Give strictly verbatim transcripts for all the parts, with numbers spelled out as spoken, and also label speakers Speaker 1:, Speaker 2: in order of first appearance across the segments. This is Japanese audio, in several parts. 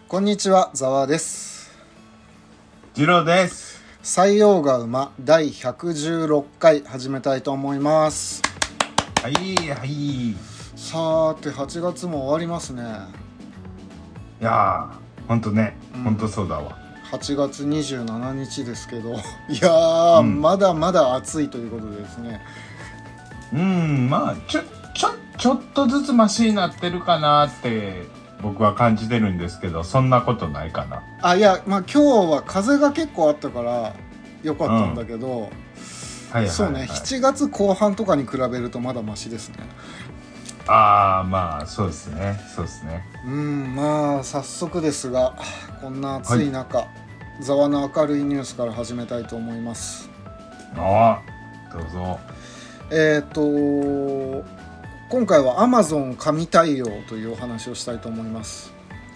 Speaker 1: こんにちは、ざわです。
Speaker 2: 次郎です。
Speaker 1: 採用が馬だいひゃくじゅうろっかい始めたいと思います。
Speaker 2: はいはい。
Speaker 1: さーてはちがつも終わりますね。
Speaker 2: いやーほんとね、
Speaker 1: うん、
Speaker 2: ほんとそうだわ。
Speaker 1: はちがつにじゅうしちにちですけどいやー、うん、まだまだ暑いということでですね。
Speaker 2: うんまあちょちょちょっとずつマシになってるかなって僕は感じてるんですけど、そんなことないかな。
Speaker 1: あいやまあ今日は風が結構あったからよかったんだけど、うんはいはいはい、そうねしちがつこう半とかに比べるとまだマシですね。
Speaker 2: ああまあそうですねそうですね。
Speaker 1: うんまあ早速ですがこんな暑い中、はい、ざわの明るいニュースから始めたいと思います。
Speaker 2: ああどうぞ。
Speaker 1: えっ、ー、と今回は Amazon 神対応というお話をしたいと思います。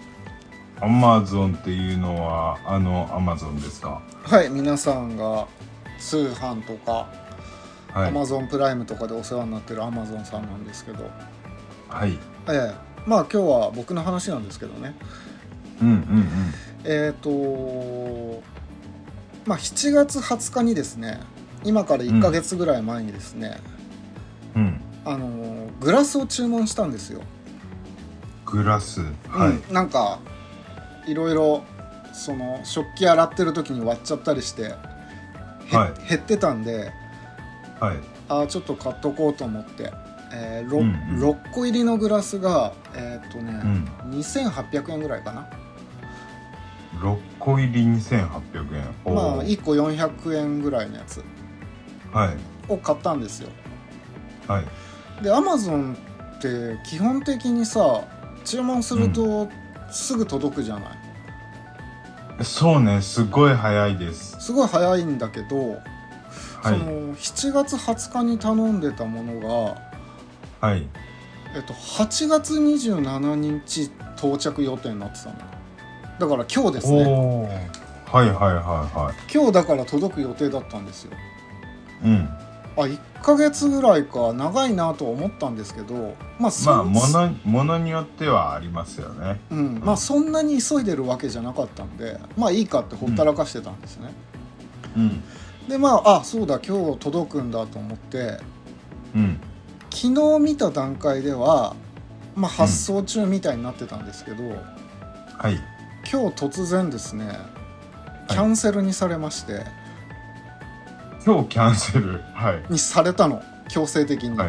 Speaker 2: Amazon っていうのはあの Amazon ですか？
Speaker 1: はい皆さんが通販とか、はい、Amazon プライムとかでお世話になってる Amazon さんなんですけど、
Speaker 2: はい、
Speaker 1: えー、まあ今日は僕の話なんですけどね。
Speaker 2: うんうんうん
Speaker 1: えっ、ー、とまあしちがつはつかにですね、今からいっかげつぐらい前にですね、
Speaker 2: うん、
Speaker 1: あのグラスを注文したんですよ。
Speaker 2: グラス、はい、
Speaker 1: うん、なんかいろいろその食器洗ってる時に割っちゃったりして、はい、減ってたんで、はい、あちょっと買っとこうと思って、えー ろ,、うんうん、ろっこ入りのグラスがえー、っとね、うん、にせんはっぴゃくえんぐらいかな。
Speaker 2: ろっこ入りにせんはっぴゃくえん、
Speaker 1: まあいっこよんひゃくえんぐらいのやつ、はい、を買ったんですよ。はい、で Amazon って基本的にさ注文するとすぐ届くじゃない、
Speaker 2: うん、そうねすごい早いです。
Speaker 1: すごい早いんだけど、はい、そのしちがつはつかに頼んでたものが、はいえっと、はちがつにじゅうしちにち到着予定になってたの。だから今日ですね。
Speaker 2: はいはいはいはい。
Speaker 1: 今日だから届く予定だったんですよ。
Speaker 2: うん
Speaker 1: あいっかげつぐらいか長いなとは思ったんですけど、
Speaker 2: まあまあものものによってはありますよね。
Speaker 1: うん、まあそんなに急いでるわけじゃなかったんで、まあいいかってほったらかしてたんですね。うん、でまああそうだ今日届くんだと思って、うん、昨日見た段階では、まあ、発送中みたいになってたんですけど、うん、はい、今日突然ですねキャンセルにされまして、はい、
Speaker 2: 今日キャンセル、はい、
Speaker 1: にされたの強制的に、はい、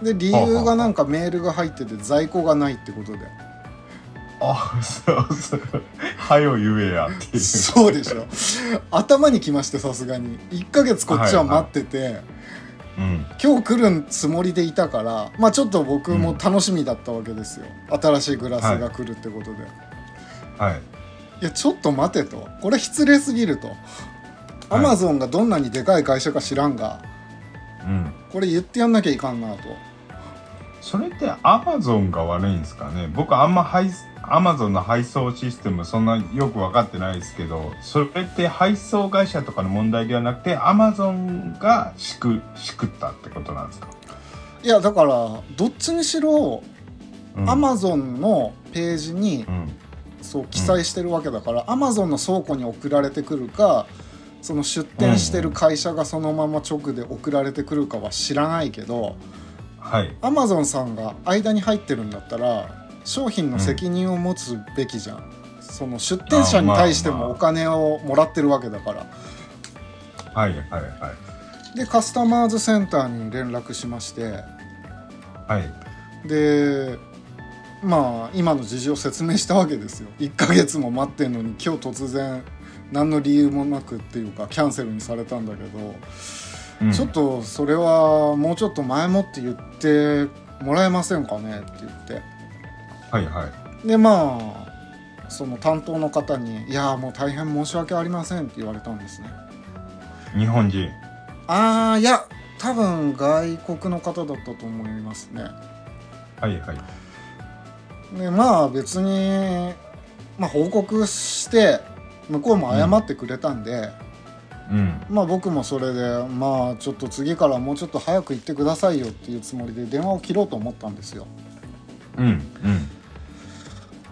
Speaker 1: で理由がなんかメールが入ってて在庫がないってことで、
Speaker 2: あそうそうはよ言えやっていう
Speaker 1: そうでしょ頭にきまして、さすがにいっかげつこっちは待ってて、はいはいうん、今日来るつもりでいたから、まあちょっと僕も楽しみだったわけですよ、うん、新しいグラスが来るってことで、はい、いやちょっと待てと、これ失礼すぎると、アマゾンがどんなにでかい会社か知らんが、うん、これ言ってやんなきゃいかんなと。
Speaker 2: それってアマゾンが悪いんですかね。僕あんま配アマゾンの配送システムそんなよく分かってないですけど、それって配送会社とかの問題ではなくてアマゾンがしくしくったってことなんですか？
Speaker 1: いやだからどっちにしろ、うん、アマゾンのページに、うん、そう記載してるわけだから、うん、アマゾンの倉庫に送られてくるか、その出店してる会社がそのまま直で送られてくるかは知らないけど、はい、アマゾンさんが間に入ってるんだったら商品の責任を持つべきじゃん、うん、その出店者に対してもお金をもらってるわけだから、
Speaker 2: はいはいはい
Speaker 1: でカスタマーズセンターに連絡しまして、はいでまあ今の事情を説明したわけですよ。いっかげつも待ってんのに今日突然何の理由もなくっていうかキャンセルにされたんだけど、うん、ちょっとそれはもうちょっと前もって言ってもらえませんかねって言って、はいはいでまあその担当の方にいやもう大変申し訳ありませんって言われたんですね。
Speaker 2: 日本人？
Speaker 1: ああいや多分外国の方だったと思いますね。
Speaker 2: はいはい
Speaker 1: でまあ別に、まあ、報告して向こうも謝ってくれたんで、うん、まあ僕もそれでまあちょっと次からもうちょっと早く行ってくださいよっていうつもりで電話を切ろうと思ったんですよ。うんうん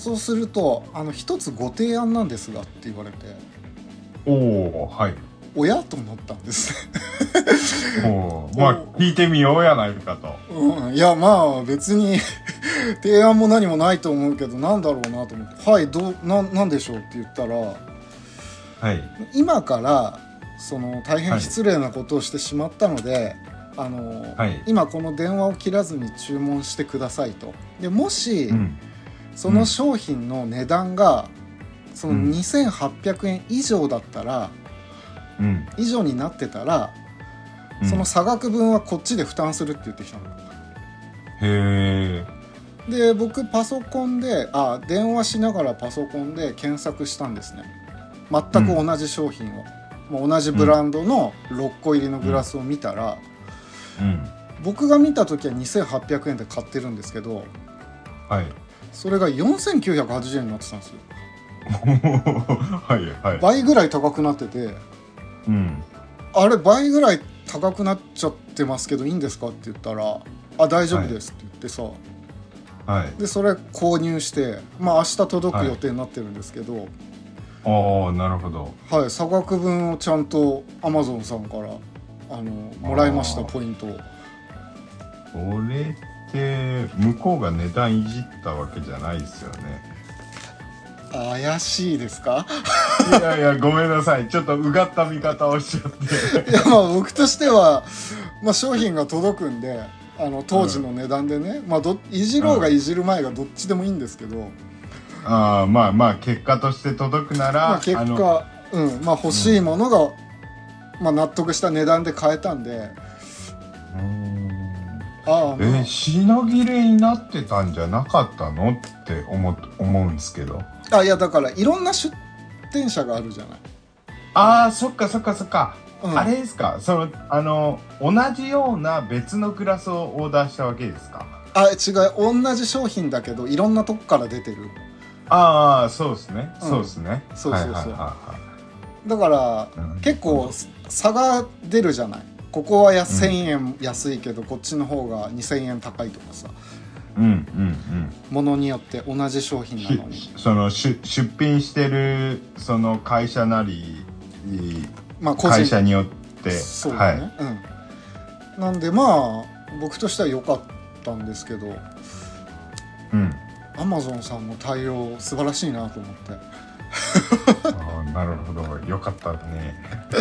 Speaker 1: そうするとあの一つご提案なんですがって言われて、
Speaker 2: おお、はい。
Speaker 1: おやと思ったんです
Speaker 2: おお、まあ聞いてみようやないかと。
Speaker 1: うん、いやまあ別に提案も何もないと思うけどなんだろうなと思って、はいどう な, なんでしょうって言ったら、
Speaker 2: はい、
Speaker 1: 今からその大変失礼なことをしてしまったので、はい、あのはい、今この電話を切らずに注文してくださいと。でもし、うん、その商品の値段がそのにせんはっぴゃくえん以上だったら、うん、以上になってたら、うん、その差額分はこっちで負担するって言ってきたの。
Speaker 2: へ
Speaker 1: ー。で僕パソコンであ電話しながらパソコンで検索したんですね。全く同じ商品を、うん、もう同じブランドのろっこ入りのグラスを見たら、うんうん、僕が見た時はにせんはっぴゃくえんで買ってるんですけど、
Speaker 2: はい、
Speaker 1: それがよんせんきゅうひゃくはちじゅうえんになってたんですよ
Speaker 2: はい、はい、
Speaker 1: 倍ぐらい高くなってて、うん、あれ倍ぐらい高くなっちゃってますけどいいんですかって言ったら、あ大丈夫ですって言ってさ、はい、でそれ購入して、まあ明日届く予定になってるんですけど、はい、
Speaker 2: ああなるほど、
Speaker 1: はい、差額分をちゃんと Amazon さんからあのもらいました。ポイントを。
Speaker 2: これって向こうが値段いじったわけじゃないですよね。
Speaker 1: 怪しいですか
Speaker 2: いやいやごめんなさい、ちょっとうがった見方をしちゃって
Speaker 1: いやまあ僕としては、まあ、商品が届くんであの当時の値段でね、うん、まあどいじろうがいじる前がどっちでもいいんですけど、うん、
Speaker 2: あまあまあ結果として届くなら、
Speaker 1: まあ、結果、うんまあ、欲しいものが、うんまあ、納得した値段で買えたんで、
Speaker 2: うーんあ、まあ、え品切れになってたんじゃなかったのって思思うんですけど。
Speaker 1: あいやだからいろんな出店者があるじゃない。
Speaker 2: あーそっかそっかそっか、うん、あれですか、そのあの同じような別のグラスをオーダーしたわけですか。
Speaker 1: あ違う、同じ商品だけどいろんなとこから出てる。
Speaker 2: ああそうですね、うん、そうですね、
Speaker 1: そうそうそう、だから、うん、結構差が出るじゃない。ここはやせんえん安いけど、うん、こっちの方がにせんえん高いとかさ、
Speaker 2: うんうんうん
Speaker 1: ものによって同じ商品なのに
Speaker 2: その出品してるその会社なり、まあ、会社によって
Speaker 1: そうだね、はいうん、なんでまあ僕としては良かったんですけど、うん、Amazon さんの対応素晴らしいなと思って
Speaker 2: あなるほど、よかったね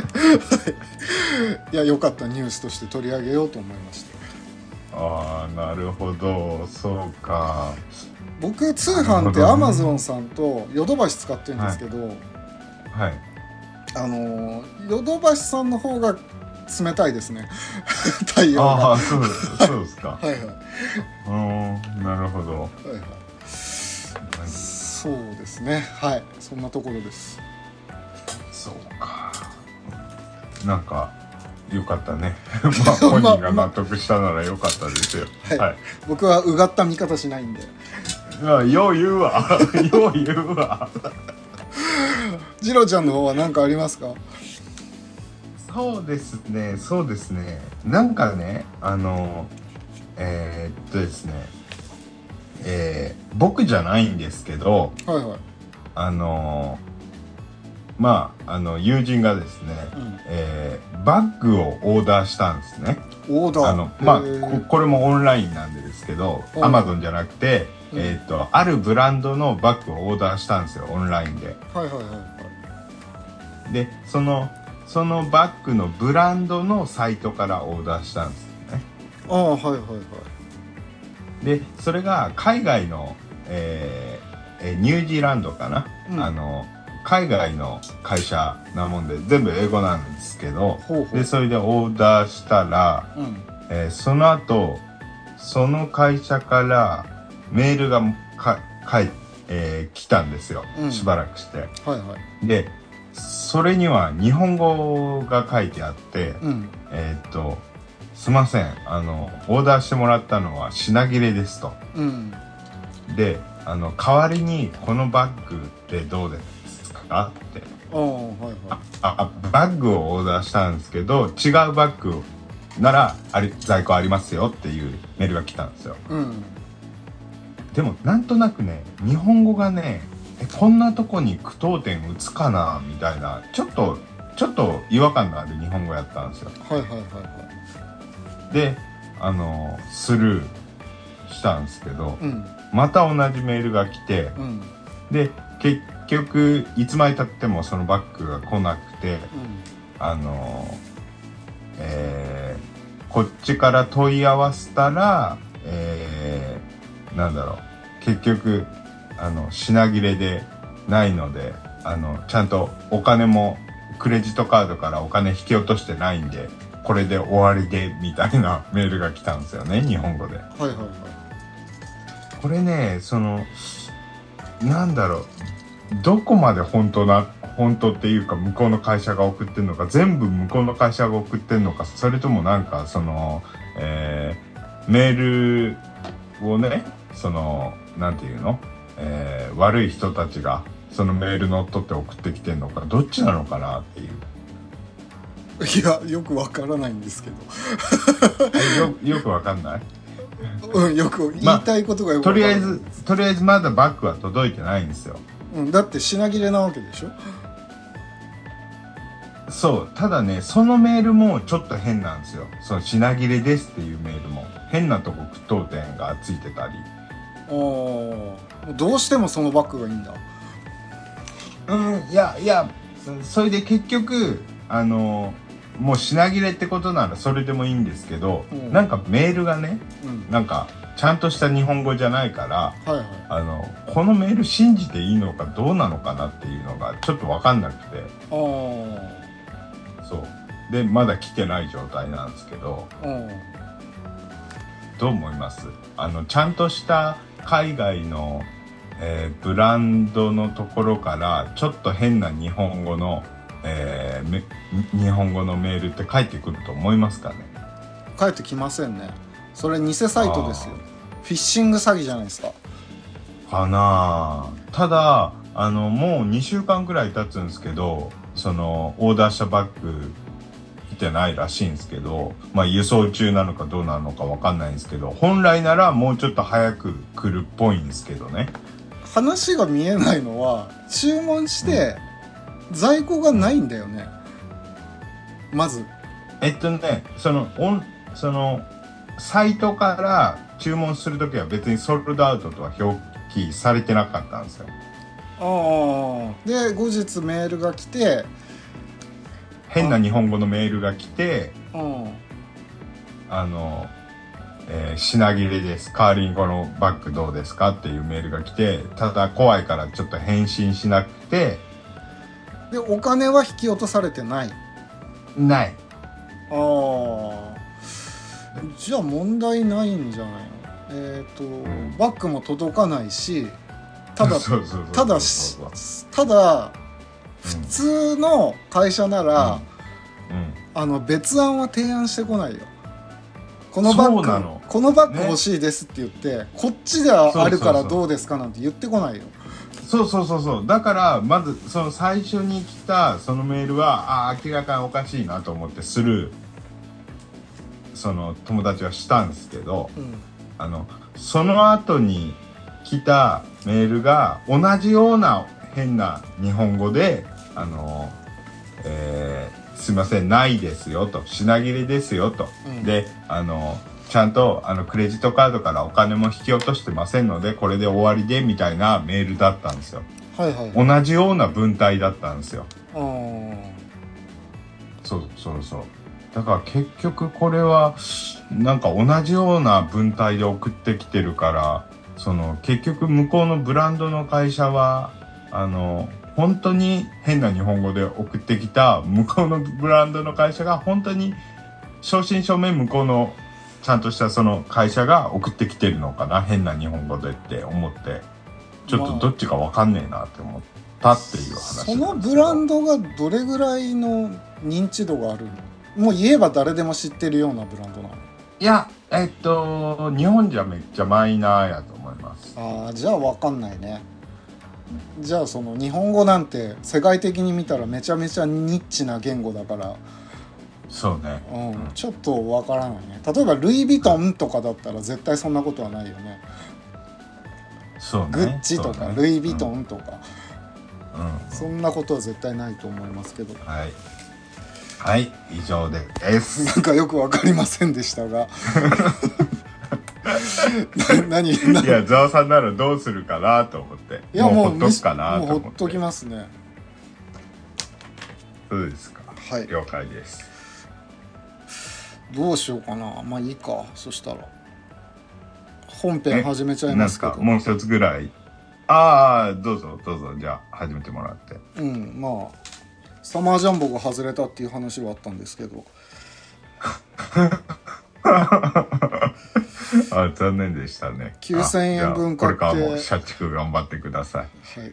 Speaker 1: いや良かったニュースとして取り上げようと思いました。
Speaker 2: ああなるほど、そうか。
Speaker 1: 僕通販って Amazon さんとヨドバシ使ってるんですけど、はい、
Speaker 2: はい、
Speaker 1: あのヨドバシさんの方が冷たいですね対応が。
Speaker 2: ああそうそうですか
Speaker 1: はいはい
Speaker 2: うんなるほど、はいはい、
Speaker 1: そうですね、はいそんなところです。
Speaker 2: そうか、なんかよかったねまあ本人が納得したならよかったですよ、
Speaker 1: はいはい、僕はうがった見方しないんで。
Speaker 2: いやよう言うわよう言うわ
Speaker 1: ジロちゃんの方は何かありますか？
Speaker 2: そうですねそうですねなんかねあのえー、っとですねえー、僕じゃないんですけど、
Speaker 1: はいはい、
Speaker 2: あのまああの友人がですね、うんえー、バッグをオーダーしたんですね。
Speaker 1: オーダー
Speaker 2: あの、まあ、こ, これもオンラインなんでですけど、アマゾンじゃなくて、うんえー、っとあるブランドのバッグをオーダーしたんですよ、オンラインで。
Speaker 1: はいはいはい
Speaker 2: はい、でそのそのバッグのブランドのサイトからオーダーしたんですよね。
Speaker 1: ああはいはいはい。
Speaker 2: でそれが海外の、えーえー、ニュージーランドかな、うん、あの海外の会社なもんで全部英語なんですけど、ほうほうでそれでオーダーしたら、うんえー、その後その会社からメールがかかい、えー、来たんですよ、うん、しばらくして、
Speaker 1: はいはい、
Speaker 2: でそれには日本語が書いてあって、うん、えー、っとすいませんあのオーダーしてもらったのは品切れですと、うん、であの代わりにこのバッグってどうですかって、
Speaker 1: あ、はいはい、
Speaker 2: ああバッグをオーダーしたんですけど違うバッグならあり在庫ありますよっていうメールが来たんですよ、
Speaker 1: うん、
Speaker 2: でもなんとなくね日本語がねえこんなとこに句読点打つかなみたいなちょっとちょっと違和感のある日本語やったんですよ。
Speaker 1: はいはいはいはい。
Speaker 2: であのスルーしたんですけど、
Speaker 1: うん、
Speaker 2: また同じメールが来て、
Speaker 1: うん、
Speaker 2: で結局いつまでたってもそのバッグが来なくて、うん、あの、えー、こっちから問い合わせたら、えー、なんだろう結局あの品切れでないのであのちゃんとお金もクレジットカードからお金引き落としてないんでこれで終わりでみたいなメールが来たんですよね日本語で。
Speaker 1: はいはいはい。
Speaker 2: これねそのなんだろうどこまで本当な本当っていうか向こうの会社が送ってるのか全部向こうの会社が送ってるのかそれともなんかその、えー、メールをねそのなんていうの、えー、悪い人たちがそのメール乗っ取って送ってきてるのかどっちなのかなっていう。
Speaker 1: いやよくわからないんですけど
Speaker 2: よ, よくわかんない
Speaker 1: うん、よく言いたいことがよくわからない、まあ、
Speaker 2: とりあえずとりあえずまだバッグは届いてないんですよ、
Speaker 1: うん、だって品切れなわけでしょ。
Speaker 2: そうただねそのメールもちょっと変なんですよ。その品切れですっていうメールも変なとこ句読点がついてたり。
Speaker 1: ああどうしてもそのバッグがいいんだ。
Speaker 2: うんいやいやそれで結局あのもう品切れってことならそれでもいいんですけど、うん、なんかメールがね、うん、なんかちゃんとした日本語じゃないから、はいはい、あのこのメール信じていいのかどうなのかなっていうのがちょっと分かんなくて、あそうでまだ来てない状態なんですけど、どう思います？あのちゃんとした海外の、えー、ブランドのところからちょっと変な日本語のえー、日本語のメールって返ってくると思いますかね？
Speaker 1: 返ってきませんね。それ偽サイトですよ。フィッシング詐欺じゃないですか。
Speaker 2: かなあ。ただあのもうにしゅうかんくらい経つんですけどそのオーダーしたバッグ来てないらしいんですけど、まあ輸送中なのかどうなのかわかんないんですけど本来ならもうちょっと早く来るっぽいんですけどね。
Speaker 1: 話が見えないのは注文して、うん在庫がないんだよね。まず
Speaker 2: えっとねそのオンそのサイトから注文するときは別にソールドアウトとは表記されてなかったんですよ。
Speaker 1: ああで後日メールが来て
Speaker 2: 変な日本語のメールが来て
Speaker 1: あ,
Speaker 2: あの、えー、品切れです代わりにこのバッグどうですかっていうメールが来てただ怖いからちょっと返信しなくて
Speaker 1: でお金は引き落とされてない
Speaker 2: ない
Speaker 1: ああじゃあ問題ないんじゃないの。えっ、ー、と、うん、バッグも届かないしただただただ普通の会社なら、うんうん、あの別案は提案してこないよ。このバッグこのバッグ欲しいですって言って、ね、こっちであるからどうですかなんて言ってこないよ。
Speaker 2: そうそうそうそうだからまずその最初に来たそのメールはあ明らかにおかしいなと思ってスルーその友達はしたんですけど、うん、あのその後に来たメールが同じような変な日本語であの、えー、すいませんないですよと品切れですよと、うん、であのちゃんとあのクレジットカードからお金も引き落としてませんのでこれで終わりでみたいなメールだったんですよ、はいはい、同じような文体だったんですよ。あそうそうそうだから結局これはなんか同じような文体で送ってきてるからその結局向こうのブランドの会社はあの本当に変な日本語で送ってきた向こうのブランドの会社が本当に正真正銘向こうのちゃんとしたその会社が送ってきてるのかな変な日本語でって思ってちょっとどっちか分かんねえなって思ったっていう話、まあ、
Speaker 1: そのブランドがどれぐらいの認知度があるの？もう言えば誰でも知ってるようなブランドなの？
Speaker 2: いやえっと日本じゃめっちゃマイナーやと思います。
Speaker 1: ああじゃあ分かんないね。じゃあその日本語なんて世界的に見たらめちゃめちゃニッチな言語だから
Speaker 2: そうね、
Speaker 1: うん、ちょっとわからないね。例えばルイ・ヴィトンとかだったら絶対そんなことはないよね。
Speaker 2: そうね、
Speaker 1: グッチとか、
Speaker 2: ね、
Speaker 1: ルイ・ヴィトンとか、
Speaker 2: うん、
Speaker 1: そんなことは絶対ないと思いますけど、
Speaker 2: はいはい以上です
Speaker 1: なんかよく分かりませんでしたが何何
Speaker 2: いやザワさんならどうするかなと思って、
Speaker 1: いやもう
Speaker 2: ほっとくかなと思って。
Speaker 1: もうほっときますね。
Speaker 2: そうですか、
Speaker 1: はい、
Speaker 2: 了解です。
Speaker 1: どうしようかな。まあいいか。そしたら本編始めちゃいますけど、
Speaker 2: もう一つぐらい。ああどうぞどうぞ、じゃあ始めてもらって。
Speaker 1: うん、まあサマージャンボが外れたっていう話はあったんですけど
Speaker 2: あ、残念でしたね。
Speaker 1: きゅうせんえん分買って、
Speaker 2: これからも社畜頑張ってください。
Speaker 1: はい、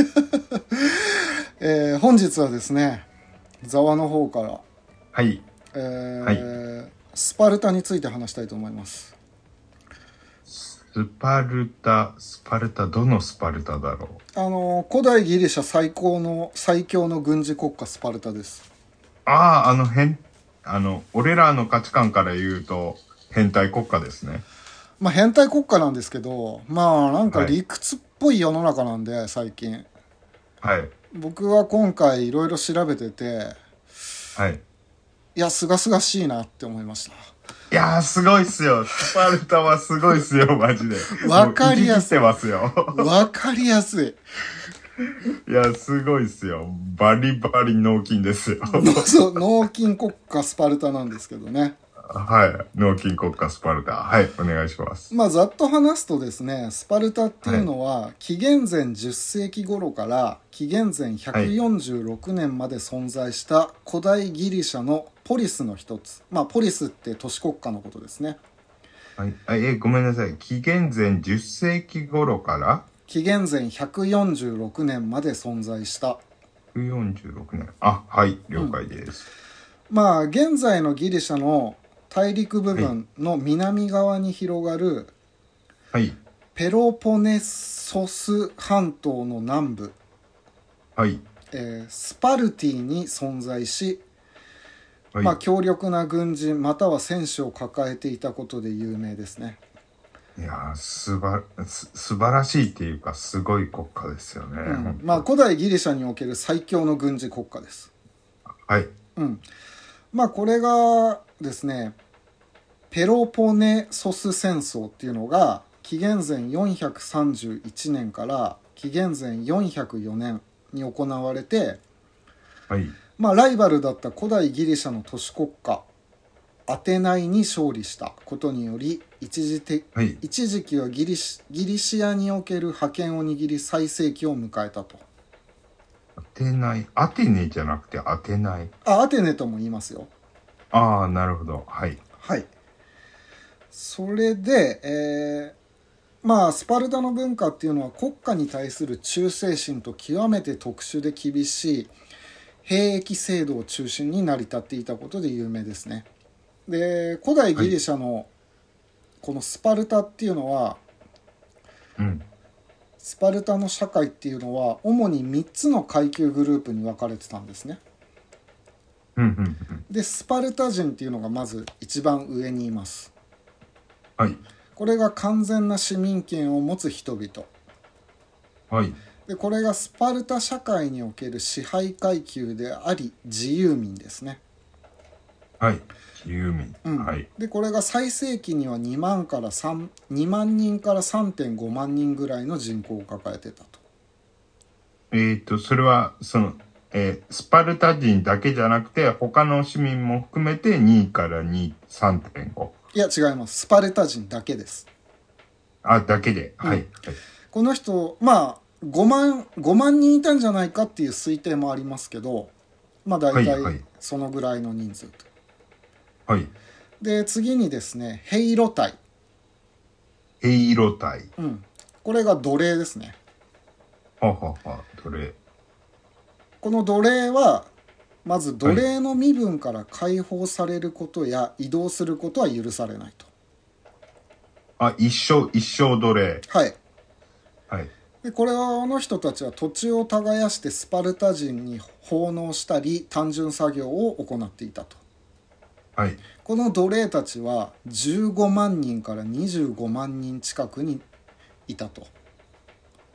Speaker 1: えー、本日はですね、ザワの方から、
Speaker 2: はい、
Speaker 1: えー
Speaker 2: はい、
Speaker 1: スパルタについて話したいと思います。
Speaker 2: スパルタ、スパルタ、どのスパルタだろ
Speaker 1: う。あの古代ギリシャ最高の最強の軍事国家スパルタです。
Speaker 2: ああ、あの変あの俺らの価値観から言うと変態国家ですね。
Speaker 1: まあ変態国家なんですけど、まあなんか理屈っぽい世の中なんで、最近。
Speaker 2: はい。
Speaker 1: 僕は今回いろいろ調べてて、
Speaker 2: はい。
Speaker 1: いや、すがすがしいなって思いました。
Speaker 2: いやー、すごいっすよ。スパルタはすごいっすよ、マジで。
Speaker 1: わかりやすい。
Speaker 2: もう生きてますよ。
Speaker 1: わかりやすい。
Speaker 2: いや、すごいっすよ。バリバリ脳筋ですよ。
Speaker 1: そう、脳筋国家スパルタなんですけどね。
Speaker 2: はい。脳筋国家スパルタ。はい、お願いします。
Speaker 1: まあ、ざっと話すとですね、スパルタっていうのは、はい、紀元前じゅっせいき頃から紀元前ひゃくよんじゅうろくねんまで存在した古代ギリシャのポリスの一つ。まあ、ポリスって都市国家のことですね。
Speaker 2: はい。え、ごめんなさい。紀元前じゅっせいき頃から
Speaker 1: 紀元前ひゃくよんじゅうろくねんまで存在した。
Speaker 2: ひゃくよんじゅうろくねん。あ、はい、了解です。
Speaker 1: うん、まあ、現在のギリシャの大陸部分の南側に広がる、
Speaker 2: はい、
Speaker 1: ペロポネソス半島の南部、
Speaker 2: はい、
Speaker 1: えー、スパルティに存在し、
Speaker 2: はい、
Speaker 1: まあ、強力な軍人または戦士を抱えていたことで有名ですね。
Speaker 2: いやーすばす素晴らしいっていうかすごい国家ですよね。
Speaker 1: うん、まあ古代ギリシャにおける最強の軍事国家です。
Speaker 2: はい。
Speaker 1: うん。まあこれがですね、ペロポネソス戦争っていうのが紀元前よんひゃくさんじゅういちねんから紀元前よんひゃくよねんに行われて、
Speaker 2: はい、
Speaker 1: まあライバルだった古代ギリシャの都市国家アテナイに勝利したことにより一時的、はい、一時期はギリシ、ギリシアにおける覇権を握り最盛期を迎えたと。
Speaker 2: アテナイ、アテネじゃなくてアテナイ。
Speaker 1: あ、アテネとも言いますよ。
Speaker 2: ああ、なるほど。はい。
Speaker 1: はい。それで、えー、まあスパルタの文化っていうのは国家に対する忠誠心と極めて特殊で厳しい兵役制度を中心に成り立っていたことで有名ですね。で古代ギリシャのこのスパルタっていうのは、
Speaker 2: はい、うん、
Speaker 1: スパルタの社会っていうのは主にみっつの階級グループに分かれてたんですね。
Speaker 2: うんうんうん、
Speaker 1: でスパルタ人っていうのがまず一番上にいます。
Speaker 2: はい、
Speaker 1: これが完全な市民権を持つ人々。
Speaker 2: はい、
Speaker 1: でこれがスパルタ社会における支配階級であり自由民ですね。
Speaker 2: はい、自由民、
Speaker 1: うん、はい、でこれが最盛期にはにまんから3、にまんにんから さんてんごまんにんぐらいの人口を抱えてたと。
Speaker 2: えーとそれはその、えー、スパルタ人だけじゃなくて他の市民も含めてにからに、さんてんご。
Speaker 1: いや違います。スパルタ人だけです。
Speaker 2: あ、だけで、うん、はい、はい。
Speaker 1: この人まあごまん、ごまんにんいたんじゃないかっていう推定もありますけど、まあ大体そのぐらいの人数と。
Speaker 2: はい。
Speaker 1: で次にですね、ヘイロ隊。
Speaker 2: ヘイロ隊。
Speaker 1: うん。これが奴隷ですね。
Speaker 2: ははは、奴隷。
Speaker 1: この奴隷はまず奴隷の身分から解放されることや移動することは許されないと。
Speaker 2: あ、一生一生奴隷。
Speaker 1: はい。
Speaker 2: はい。
Speaker 1: でこれはあの人たちは土地を耕してスパルタ人に奉納したり単純作業を行っていたと。
Speaker 2: はい。
Speaker 1: この奴隷たちはじゅうごまんにんからにじゅうごまんにん近くにいたと。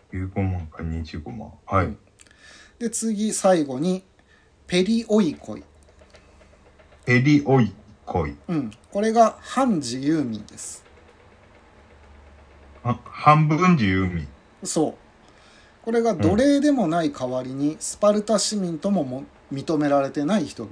Speaker 2: じゅうごまんかにじゅうごまん。はい。うん、
Speaker 1: で次最後にペリオイコイ。
Speaker 2: ペリオイコイ。
Speaker 1: うん。これが反自由民です。
Speaker 2: は半分自由民。
Speaker 1: そう。これが奴隷でもない代わりにスパルタ市民ともも認められてない人々。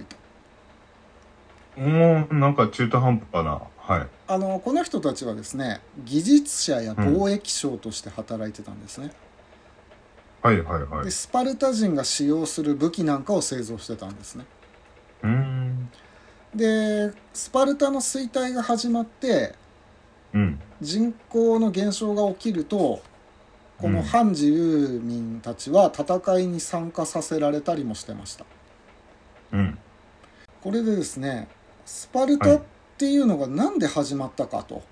Speaker 2: もうなんか中途半端な。はい。
Speaker 1: あのこの人たちはですね、技術者や貿易商として働いてたんですね。
Speaker 2: うん、はいはいはい。
Speaker 1: でスパルタ人が使用する武器なんかを製造してたんですね。
Speaker 2: うーん。
Speaker 1: でスパルタの衰退が始まって、
Speaker 2: うん、
Speaker 1: 人口の減少が起きると、この反自由民たちは戦いに参加させられたりもしてました。
Speaker 2: うん、
Speaker 1: これでですね、スパルタっていうのが何で始まったかと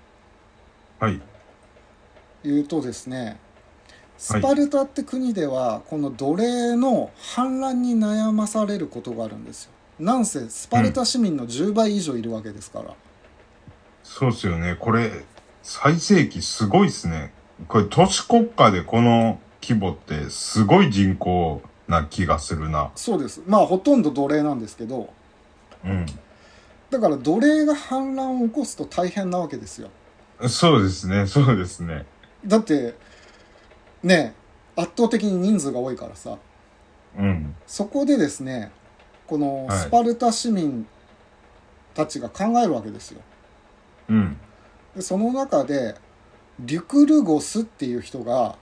Speaker 1: いうとですね、スパルタって国ではこの奴隷の反乱に悩まされることがあるんですよ。なんせスパルタ市民のじゅうばい以上いるわけですから、うん、
Speaker 2: そうですよね。これ最盛期すごいですね。これ都市国家でこの規模ってすごい人口な気がするな。
Speaker 1: そうです。まあほとんど奴隷なんですけど、
Speaker 2: うん、
Speaker 1: だから奴隷が反乱を起こすと大変なわけですよ。
Speaker 2: そうですね、そうですね。
Speaker 1: だってね、圧倒的に人数が多いからさ、
Speaker 2: うん、
Speaker 1: そこでですね、このスパルタ市民たちが考えるわけですよ。
Speaker 2: うん、
Speaker 1: でその中でリュクルゴスっていう人が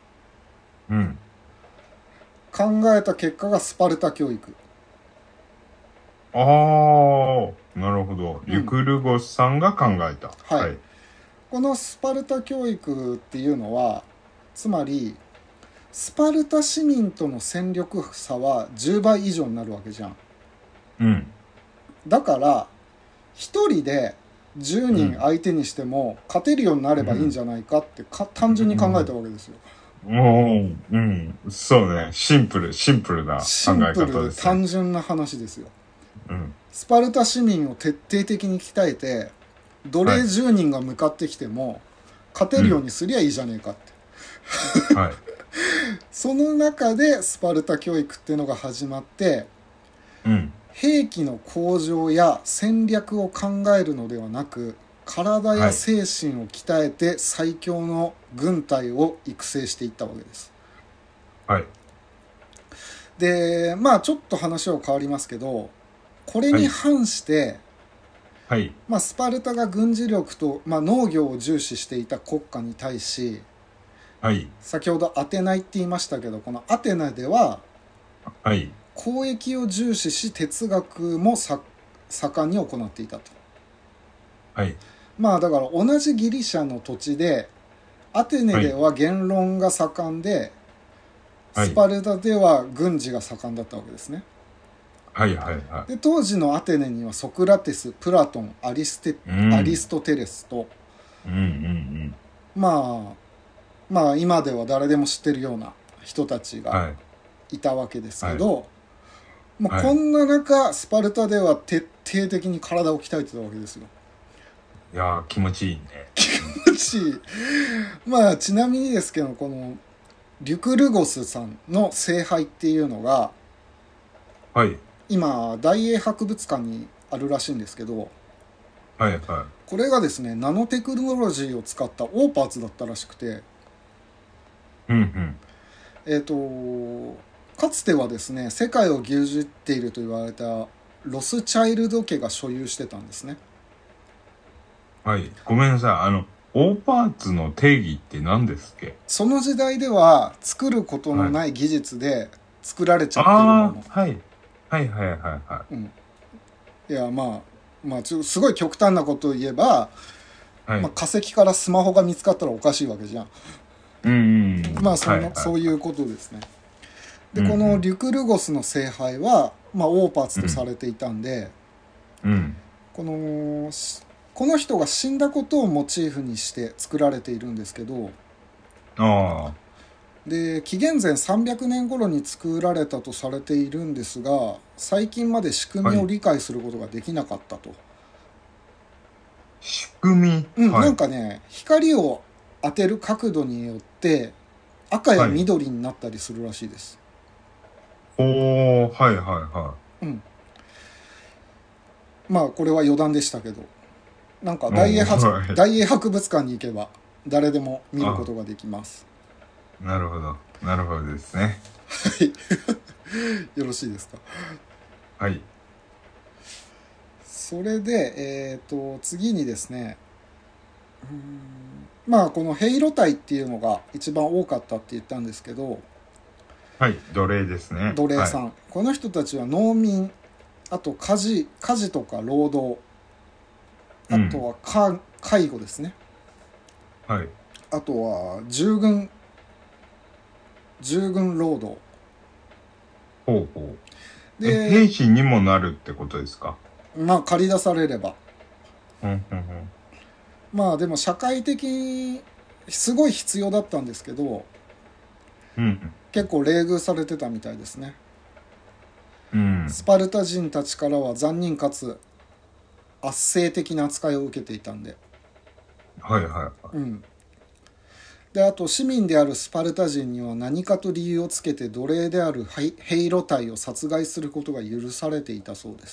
Speaker 1: 考えた結果がスパルタ教育。
Speaker 2: ああ、なるほど。リュクルゴスさんが考えた、
Speaker 1: うん、はい、はい、このスパルタ教育っていうのは、つまりスパルタ市民との戦力差はじゅうばい以上になるわけじゃん。
Speaker 2: うん。
Speaker 1: だからひとりでじゅうにん相手にしても勝てるようになればいいんじゃないかってか単純に考えたわけですよ。
Speaker 2: うん、うん、そうね。シンプル、シンプルな考え方ですね。
Speaker 1: シンプルで単純な話ですよ。
Speaker 2: うん、ス
Speaker 1: パルタ市民を徹底的に鍛えて、奴隷じゅうにんが向かってきても勝てるようにすりゃいいじゃねえかって、うん、はい、その中でスパルタ教育っていうのが始まって、うん、兵器の向上や戦略を考えるのではなく、体や精神を鍛えて最強の軍隊を育成していったわけです。はい。で、まあちょっと話は変わりますけど、これに反して、はい、まあ、スパルタが軍事力と、まあ、農業を重視していた国家に対し、はい、先ほどアテナイって言いましたけど、このアテナでは、はい、交易を重視し哲学もさ盛んに行っていたと。はい、まあだから同じギリシャの土地でアテネでは言論が盛んで、はい、スパルタでは軍事が盛んだったわけですね。はいはいはい、で当時のアテネにはソクラテス、プラトン、アリステ、うん、アリストテレスと、うんうんうん、まあまあ今では誰でも知ってるような人たちがいたわけですけど、はい、もうこんな中、はい、スパルタでは徹底的に体を鍛えてたわけですよ。
Speaker 2: いやー気持ちいいね。
Speaker 1: 気持ちいい。まあちなみにですけど、このリュクルゴスさんの聖杯っていうのが、はい、今大英博物館にあるらしいんですけど、はいはい、これがですねナノテクノロジーを使ったオーパーツだったらしくて、うんうん、えっとかつてはですね世界を牛耳っていると言われたロスチャイルド家が所有してたんですね。
Speaker 2: はい、ごめんなさい、あのオーパーツの定義って何ですっけ？
Speaker 1: その時代では作ることのない技術で作られちゃってるもの、
Speaker 2: はい、はいはいはいはい、
Speaker 1: うん、いやまあまあちょすごい極端なことを言えば、はい、まあ、化石からスマホが見つかったらおかしいわけじゃん。うんうんうん、まあその、はいはい、そういうことですね。で、うんうん、このリュクルゴスの聖杯は、まあ、オーパーツとされていたんで、うんうん、このこの人が死んだことをモチーフにして作られているんですけど、あで紀元前さんびゃくねん頃に作られたとされているんですが、最近まで仕組みを理解することができなかったと。はい、
Speaker 2: 仕組み、
Speaker 1: うん、はい、なんかね光を当てる角度によって赤や緑になったりするらしいです。
Speaker 2: はい、おー、はいはいは
Speaker 1: い。うん。まあこれは余談でしたけど、なんか大英
Speaker 2: はい、
Speaker 1: 大英博物館に行けば誰でも見ることができます。
Speaker 2: なるほどなるほどですね。
Speaker 1: はいよろしいですか。
Speaker 2: はい。
Speaker 1: それで、えー、と次にですね、うーんまあこのヘイロ隊っていうのが一番多かったって言ったんですけど、
Speaker 2: はい、奴隷ですね。
Speaker 1: 奴隷
Speaker 2: はい。
Speaker 1: さん、この人たちは農民、あと家事家事とか労働、あと
Speaker 2: うん。
Speaker 1: はか介護ですね、
Speaker 2: はい。
Speaker 1: あとは従軍従軍労働
Speaker 2: ほうほう。え、
Speaker 1: で、
Speaker 2: 兵士にもなるってことですか？
Speaker 1: まあ借り出されれば、
Speaker 2: うん、うん、
Speaker 1: まあでも社会的にすごい必要だったんですけど、
Speaker 2: うん。
Speaker 1: 結構冷遇されてたみたいですね。
Speaker 2: うん。うん。
Speaker 1: スパルタ人たちからは残忍かつ圧政的な扱いを受けていたんで、
Speaker 2: はいはいは
Speaker 1: うん。で、あと市民であるスパルタ人には何かと理由をつけて奴隷であるヘイロ隊を殺害することが許されていたそうです。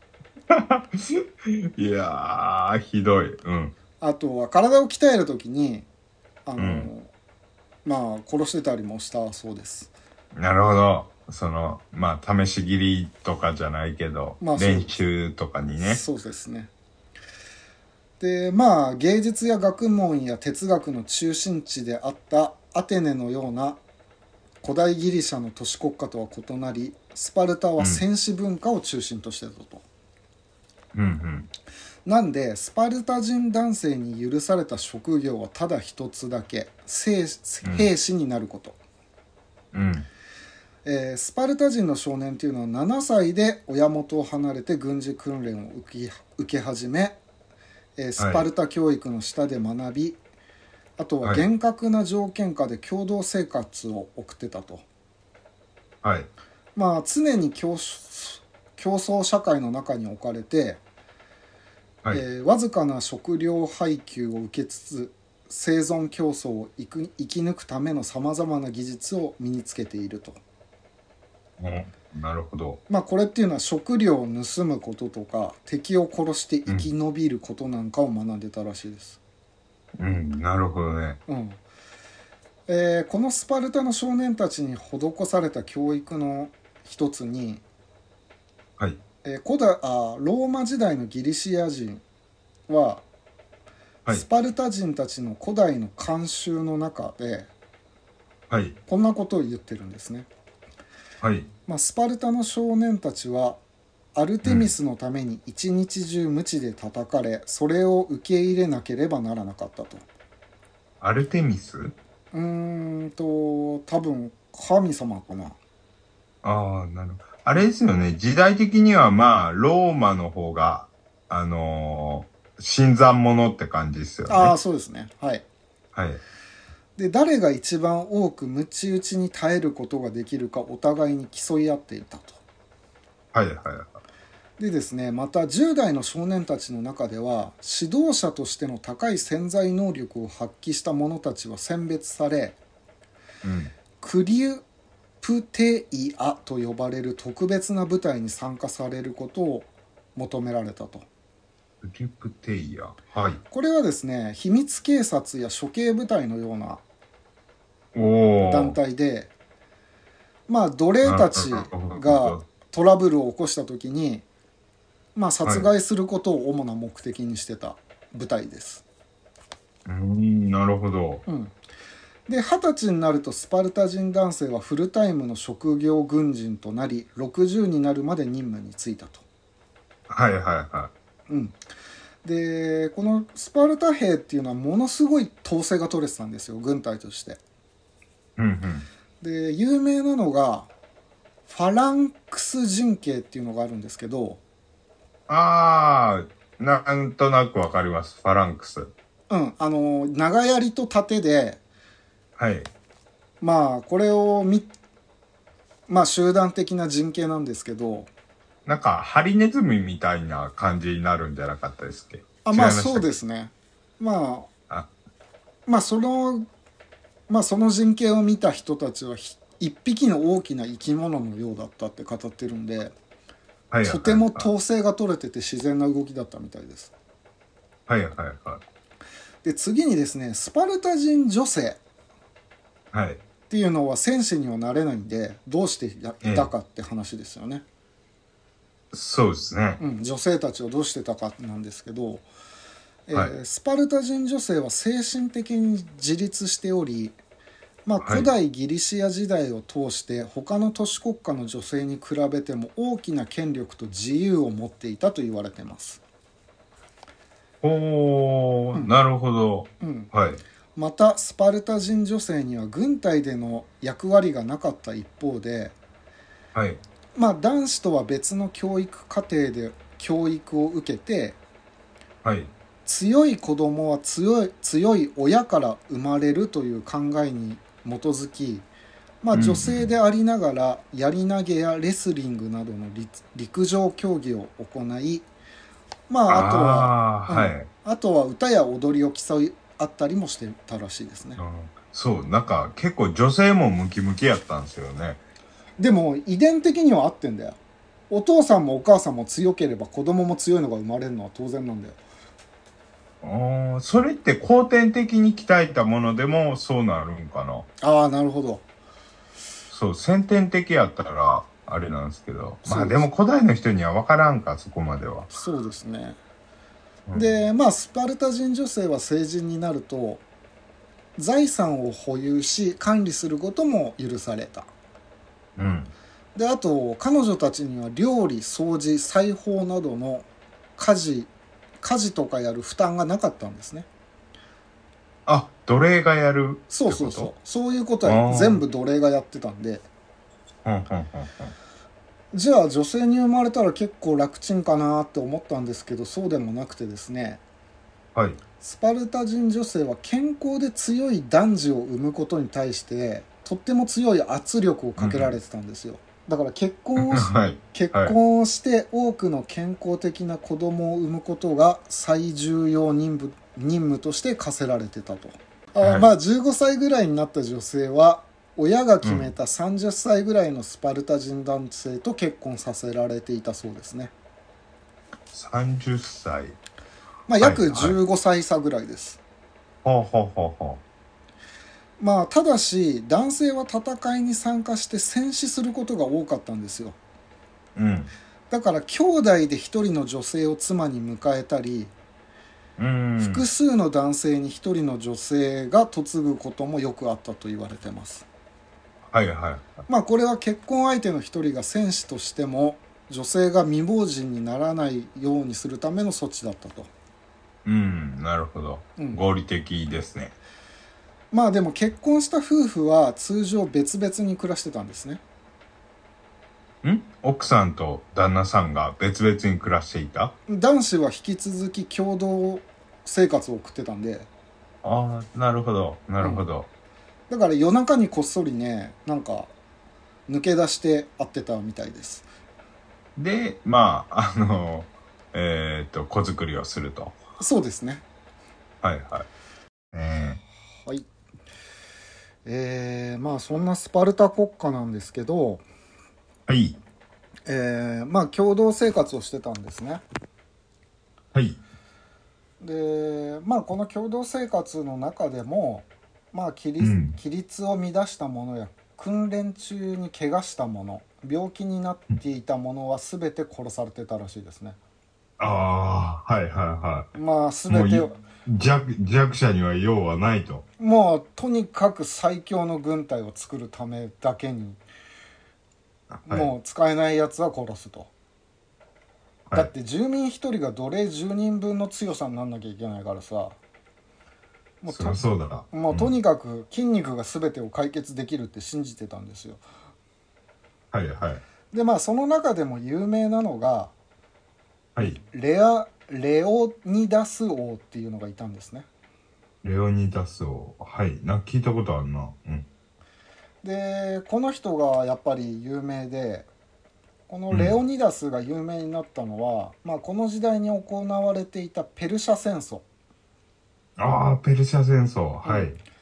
Speaker 2: い。いやー、ひどい。うん。
Speaker 1: あとは体を鍛えるときに、あ
Speaker 2: うん。
Speaker 1: のまあ殺してたりもしたそうです。
Speaker 2: なるほど。その、まあ、試し切りとかじゃないけど、
Speaker 1: まあそう
Speaker 2: 練
Speaker 1: です。
Speaker 2: 習とかにね。
Speaker 1: そうですね。で、まあ芸術や学問や哲学の中心地であったアテネのような古代ギリシャの都市国家とは異なり、スパルタは
Speaker 2: うん。
Speaker 1: 戦士文化を中心としてたと。
Speaker 2: うん、うん。
Speaker 1: なんでスパルタ人男性に許された職業はただ一つだけ、
Speaker 2: うん。
Speaker 1: 兵士になること。
Speaker 2: うん。
Speaker 1: えースパルタ人の少年というのはななさいで親元を離れて軍事訓練を受け受け始め、えース
Speaker 2: はい。
Speaker 1: パルタ教育の下で学び、あとは
Speaker 2: はい。
Speaker 1: 厳格な条件下で共同生活を送ってたと。
Speaker 2: はい。
Speaker 1: まあ常に競競争社会の中に置かれて、
Speaker 2: はい。
Speaker 1: えーわずかな食料配給を受けつつ生存競争を生く生き抜くためのさまざまな技術を身につけていると。
Speaker 2: うん。なるほど。
Speaker 1: まあこれっていうのは食料を盗むこととか敵を殺して生き
Speaker 2: うん。
Speaker 1: 延びることなんかを学んでたらしいです。
Speaker 2: うん。なるほどね。
Speaker 1: うん。えーこのスパルタの少年たちに施された教育の一つに、
Speaker 2: はい。
Speaker 1: えー古代あローマ時代のギリシア人は
Speaker 2: はい。
Speaker 1: スパルタ人たちの古代の慣習の中で
Speaker 2: はい。
Speaker 1: こんなことを言ってるんですね。
Speaker 2: はい。
Speaker 1: まあ、スパルタの少年たちはアルテミ
Speaker 2: うん。
Speaker 1: スのために一日中鞭で叩かれ、それを受け入れなければならなかったと。
Speaker 2: アルテミス。
Speaker 1: うーんと多分神様かな。
Speaker 2: ああ、なるほど。あれですよね。時代的にはまあ、ローマの方が、あのー新参者って感じですよ
Speaker 1: ああ
Speaker 2: ね。
Speaker 1: そうですね、はい。
Speaker 2: はい。
Speaker 1: で誰が一番多く鞭打ちに耐えることができるかお互いに競い合っていたと。
Speaker 2: はい、はい、は
Speaker 1: でですね、またじゅう代の少年たちの中では指導者としての高い潜在能力を発揮した者たちは選別され、
Speaker 2: い。うん。
Speaker 1: クリュプテイアと呼ばれる特別な部隊に参加されることを求められたと。
Speaker 2: フリプテイヤ。はい。
Speaker 1: これはですね、秘密警察や処刑部隊のような団
Speaker 2: おー。
Speaker 1: 体で、まあ奴隷
Speaker 2: な
Speaker 1: たち
Speaker 2: るほ
Speaker 1: が
Speaker 2: ど。
Speaker 1: トラブルを起こした時に、まあ、殺
Speaker 2: はい。う
Speaker 1: 害することを主な目的にしてた部隊です。
Speaker 2: ーん、なるほど。
Speaker 1: うん、ではたちになるとスパルタ人男性はフルタイムの職業軍人となりろくじゅうになるまで任務に就いたと。
Speaker 2: はい、はい、は
Speaker 1: うん、でこのスパルタ兵っていうのはものすごい統制が取れてたんですよ、軍隊として。
Speaker 2: い。うん、うん。
Speaker 1: で有名なのがファランクス陣形っていうのがあるんですけど、
Speaker 2: あー、なんとなくわかります。ファランクス。
Speaker 1: うん、あの長槍と盾で、
Speaker 2: はい。
Speaker 1: まあこれをみまあ集団的な陣形なんですけど、
Speaker 2: なんか、ハリネズミみたいな感じになるんじゃなかったですっけ？
Speaker 1: あ、
Speaker 2: 違い
Speaker 1: まあそう
Speaker 2: ましたっけ？
Speaker 1: ですね。まあ
Speaker 2: あ、
Speaker 1: まあそのまあその陣形を見た人たちは一匹の大きな生き物のようだったって語ってるんで、はいはいはい、とても統制が取れてて自然な動きだったみたいです。
Speaker 2: はいはいはい。
Speaker 1: で次にですね、スパルタ人女性っていうのは戦士にはなれないんでどうしていたかって話ですよね。
Speaker 2: えー、そうですね、
Speaker 1: うん、女性たちをどうしてたかなんですけど、えーはい、スパルタ人女性は精神的に自立しており、まあ、古代ギリシア時代を通して他の都市国家の女性に比べても大きな権力と自由を持っていたと言われています。
Speaker 2: おー、うん、なるほど、
Speaker 1: うん、
Speaker 2: はい。
Speaker 1: またスパルタ人女性には軍隊での役割がなかった一方で、
Speaker 2: はい、
Speaker 1: まあ、男子とは別の教育課程で教育を受けて、
Speaker 2: はい、
Speaker 1: 強い子供は強い、強い親から生まれるという考えに基づき、まあ、女性でありながら槍投げやレスリングなどの陸上競技を行い、まあ、あとは、あ、はい、うん、あとは歌や踊りを競い合ったりもしてたらしいですね。
Speaker 2: うん、そうなんか結構女性もムキムキやったんですよね。
Speaker 1: でも遺伝的には合ってんだよ。お父さんもお母さんも強ければ子供も強いのが生まれるのは当然なんだよ。
Speaker 2: ああ、それって後天的に鍛えたものでもそうなるんかな。
Speaker 1: ああ、なるほど。
Speaker 2: そう、先天的やったらあれなんですけど、まあでも古代の人には分からんか、そこまでは。
Speaker 1: そうですね、うん、でまあスパルタ人女性は成人になると財産を保有し管理することも許された。
Speaker 2: うん、
Speaker 1: であと彼女たちには料理、掃除、裁縫などの家事家事とかやる負担がなかったんですね。
Speaker 2: あ、奴隷がやるってこと？
Speaker 1: そうそうそう、そういうことは全部奴隷がやってたんで、
Speaker 2: うんうんうんうん、
Speaker 1: じゃあ女性に生まれたら結構楽ちんかなって思ったんですけど、そうでもなくてですね、
Speaker 2: はい、
Speaker 1: スパルタ人女性は健康で強い男児を産むことに対してとっても強い圧力をかけられてたんですよ、うん、だから結婚をし、はい、結婚をして多くの健康的な子供を産むことが最重要任務、任務として課せられてたと。あ、はい、まあじゅうごさいぐらいになった女性は親が決めたさんじゅっさいぐらいのスパルタ人男性と結婚させられていたそうですね。
Speaker 2: さんじゅっさい、
Speaker 1: まあ、約じゅうごさい差ぐらいです。
Speaker 2: はいはい、ほうほうほうほ
Speaker 1: う。まあ、ただし男性は戦いに参加して戦死することが多かったんですよ、
Speaker 2: うん、
Speaker 1: だから兄弟で一人の女性を妻に迎えたり、
Speaker 2: うん、
Speaker 1: 複数の男性に一人の女性が嫁ぐこともよくあったと言われてます。
Speaker 2: はいはい。
Speaker 1: まあこれは結婚相手の一人が戦士としても女性が未亡人にならないようにするための措置だったと。
Speaker 2: うん、なるほど、うん、合理的ですね。
Speaker 1: まあでも結婚した夫婦は通常別々に暮らしてたんですね。
Speaker 2: ん？奥さんと旦那さんが別々に暮らしていた？
Speaker 1: 男子は引き続き共同生活を送ってたんで。
Speaker 2: ああ、なるほどなるほど、
Speaker 1: うん、だから夜中にこっそりね、なんか抜け出して会ってたみたいです。
Speaker 2: でまああのえー、っと子作りをすると。
Speaker 1: そうですね。
Speaker 2: はいはい、え
Speaker 1: ー、はい。えー、まあそんなスパルタ国家なんですけど、
Speaker 2: はい、
Speaker 1: えー、まあ共同生活をしてたんですね。
Speaker 2: はい。
Speaker 1: でまあこの共同生活の中でもまあ規律、うん、規律を乱したものや訓練中に怪我したもの、病気になっていたものは全て殺されてたらしいですね。
Speaker 2: ああ、はいはいはい。
Speaker 1: まあ全て
Speaker 2: 弱、弱者には用はないと。
Speaker 1: もうとにかく最強の軍隊を作るためだけに、はい、もう使えないやつは殺すと。はい、だって住民一人が奴隷じゅうにんぶんの強さになんなきゃいけないからさ。もう
Speaker 2: そりゃそうだ。
Speaker 1: もうとにかく筋肉が全てを解決できるって信じてたんですよ。
Speaker 2: はいはい。
Speaker 1: でまあその中でも有名なのが、
Speaker 2: はい、
Speaker 1: レアレオニダス王っていうのがいたんですね。
Speaker 2: レオニダス王、はい、なんか聞いたことあるな。うん、
Speaker 1: でこの人がやっぱり有名で、このレオニダスが有名になったのは、うん、まあ、この時代に行われていたペルシャ戦争。
Speaker 2: ああ、ペルシャ戦争、はい、うん、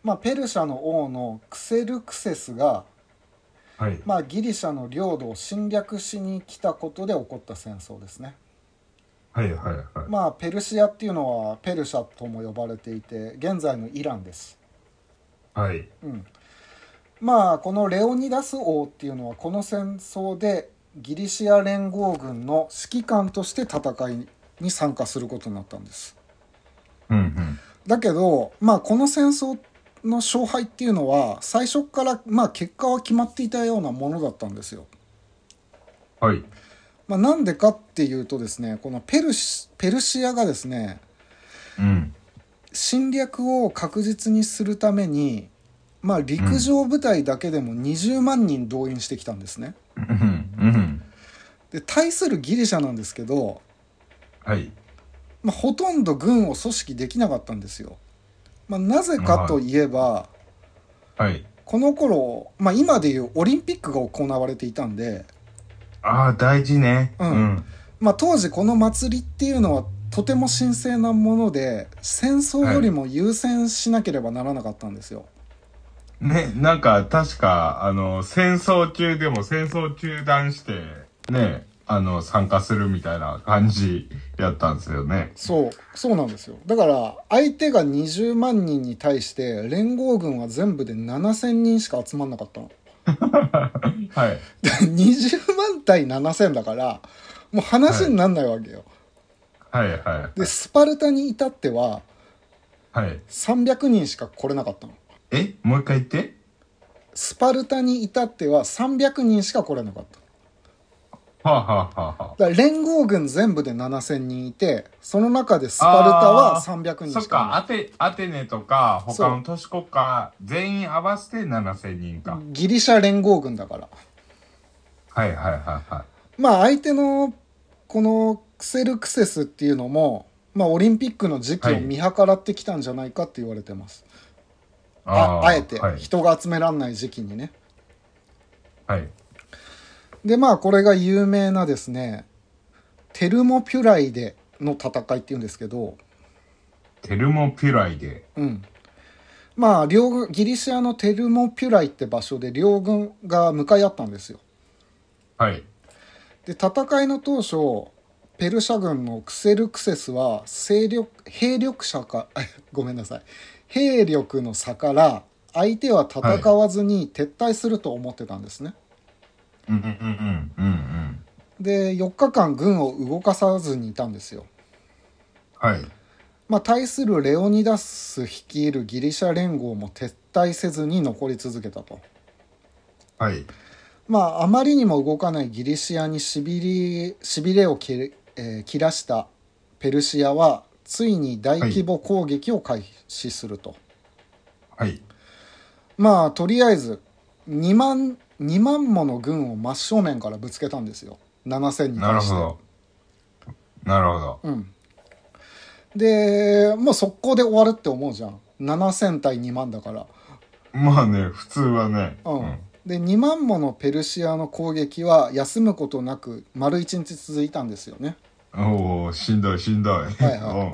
Speaker 1: まあ、ペルシャの王のクセルクセスが、
Speaker 2: はい
Speaker 1: まあ、ギリシャの領土を侵略しに来たことで起こった戦争ですね。
Speaker 2: はいはいはい。
Speaker 1: まあ、ペルシアっていうのはペルシャとも呼ばれていて現在のイランです。
Speaker 2: はい。
Speaker 1: うん、まあこのレオニダス王っていうのはこの戦争でギリシア連合軍の指揮官として戦いに参加することになったんです。
Speaker 2: うんうん。
Speaker 1: だけど、まあ、この戦争の勝敗っていうのは最初から、まあ、結果は決まっていたようなものだったんですよ。
Speaker 2: はい。
Speaker 1: まあ、なんでかっていうとですね、このペルシ、ペルシアがですね、
Speaker 2: うん。
Speaker 1: 侵略を確実にするために、まあ、陸上部隊だけでもにじゅうまんにん動員してきたんですね。
Speaker 2: うんうん
Speaker 1: で対するギリシャなんですけど、
Speaker 2: はい。
Speaker 1: まあ、ほとんど軍を組織できなかったんですよ。まあ、なぜかといえば、
Speaker 2: はい。
Speaker 1: この頃、まあ、今でいうオリンピックが行われていたんで、
Speaker 2: ああ、大事ね。
Speaker 1: うん
Speaker 2: うん。
Speaker 1: まあ、当時この祭りっていうのはとても神聖なもので戦争よりも優先しなければならなかったんですよ。
Speaker 2: ね、なんか確か、あの、戦争中でも戦争中断して、ね、あの、参加するみたいな感じやったんですよね。
Speaker 1: そうそうなんですよ。だから相手がにじゅうまんにんに対して連合軍は全部でななせんにんしか集まんなかったの。
Speaker 2: はい。
Speaker 1: でにじゅうまん対ななせんだからもう話になんないわけよ。
Speaker 2: はいはい。
Speaker 1: でスパルタに至っては
Speaker 2: はい。
Speaker 1: さんびゃくにんしか来れなかったの。
Speaker 2: え、もう一回言って。
Speaker 1: スパルタに至ってはさんびゃくにんしか来れなかった。
Speaker 2: はあ、はあはあは
Speaker 1: だから連合軍全部でななせんにんいてその中でスパルタはさんびゃくにんしかいない。
Speaker 2: そっか、アテ、アテネとか他の都市国家全員合わせてななせんにんか。
Speaker 1: ギリシャ連合軍だから。
Speaker 2: はいはいはいはい。
Speaker 1: まあ相手のこのクセルクセスっていうのも、まあ、オリンピックの時期を見計らってきたんじゃないかって言われてます。
Speaker 2: はい、
Speaker 1: あ
Speaker 2: あ
Speaker 1: あえて
Speaker 2: はい、
Speaker 1: 人が集めらんない時期にね。
Speaker 2: はい。
Speaker 1: でまあこれが有名なですねテルモピュライデの戦いっていうんですけど、
Speaker 2: テルモピュライデ。
Speaker 1: うん、まあ両軍ギリシアのテルモピュライって場所で両軍が向かい合ったんですよ。
Speaker 2: はい。
Speaker 1: で戦いの当初ペルシャ軍のクセルクセスは勢力兵力差かごめんなさい兵力の差から相手は戦わずに撤退すると思ってたんですね。
Speaker 2: うんうんうんうんうん。
Speaker 1: でよっかかん軍を動かさずにいたんですよ。
Speaker 2: はい。
Speaker 1: まあ、対するレオニダス率いるギリシャ連合も撤退せずに残り続けたと。
Speaker 2: はい。
Speaker 1: まああまりにも動かないギリシアにしびれ、しびれを切、えー切らしたペルシアはついに大規模攻撃を開始すると。
Speaker 2: はい。
Speaker 1: まあとりあえずにまんにまんもの軍を真正面からぶつけたんですよ。ななせんに
Speaker 2: なる
Speaker 1: 対して。
Speaker 2: ほど。なるほど。
Speaker 1: うん。でもう速攻で終わるって思うじゃん。ななせん対にまんだから。
Speaker 2: まあね、普通はね。
Speaker 1: うん。
Speaker 2: うん、
Speaker 1: でにまんものペルシアの攻撃は休むことなく丸いちにち続いたんですよね。
Speaker 2: おお、しんどいしんどい。はい
Speaker 1: はい。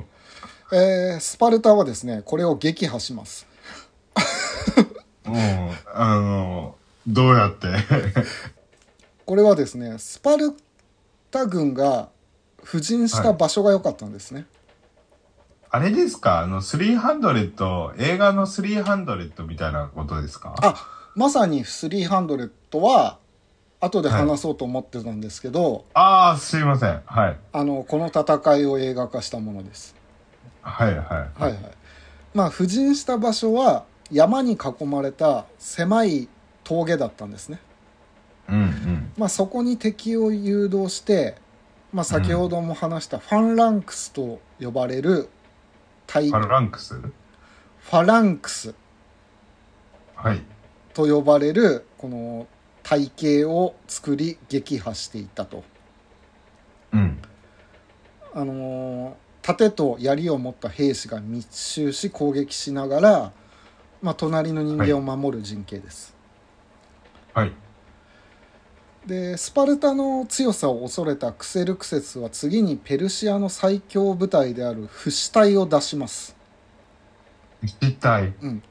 Speaker 1: えー、スパルタはですねこれを撃破します。
Speaker 2: うん、あのどうやって
Speaker 1: これはですねスパルタ軍が布陣した場所が良かったんですね。
Speaker 2: はい、あれですか、あのさんびゃく、映画のさんびゃくみたいなことですか？
Speaker 1: あ、まさにさんびゃくは後で話そうと思ってたんですけど、
Speaker 2: はい、ああすいません、はい、
Speaker 1: あのこの戦いを映画化したものです。
Speaker 2: はいはい
Speaker 1: はいはい。まあ布陣した場所は山に囲まれた狭い峠だったんですね。
Speaker 2: うんうん。
Speaker 1: まあそこに敵を誘導して、まあ、先ほども話したファンランクスと呼ばれる体
Speaker 2: ファランクス
Speaker 1: ファランクス
Speaker 2: はい
Speaker 1: と呼ばれるこの体系を作り撃破していったと。
Speaker 2: うん。
Speaker 1: あのー盾と槍を持った兵士が密集し攻撃しながら、まあ、隣の人間を守る陣形です。
Speaker 2: はい。
Speaker 1: でスパルタの強さを恐れたクセルクセスは次にペルシアの最強部隊であるフシ隊を出します。
Speaker 2: フシ隊。
Speaker 1: うん、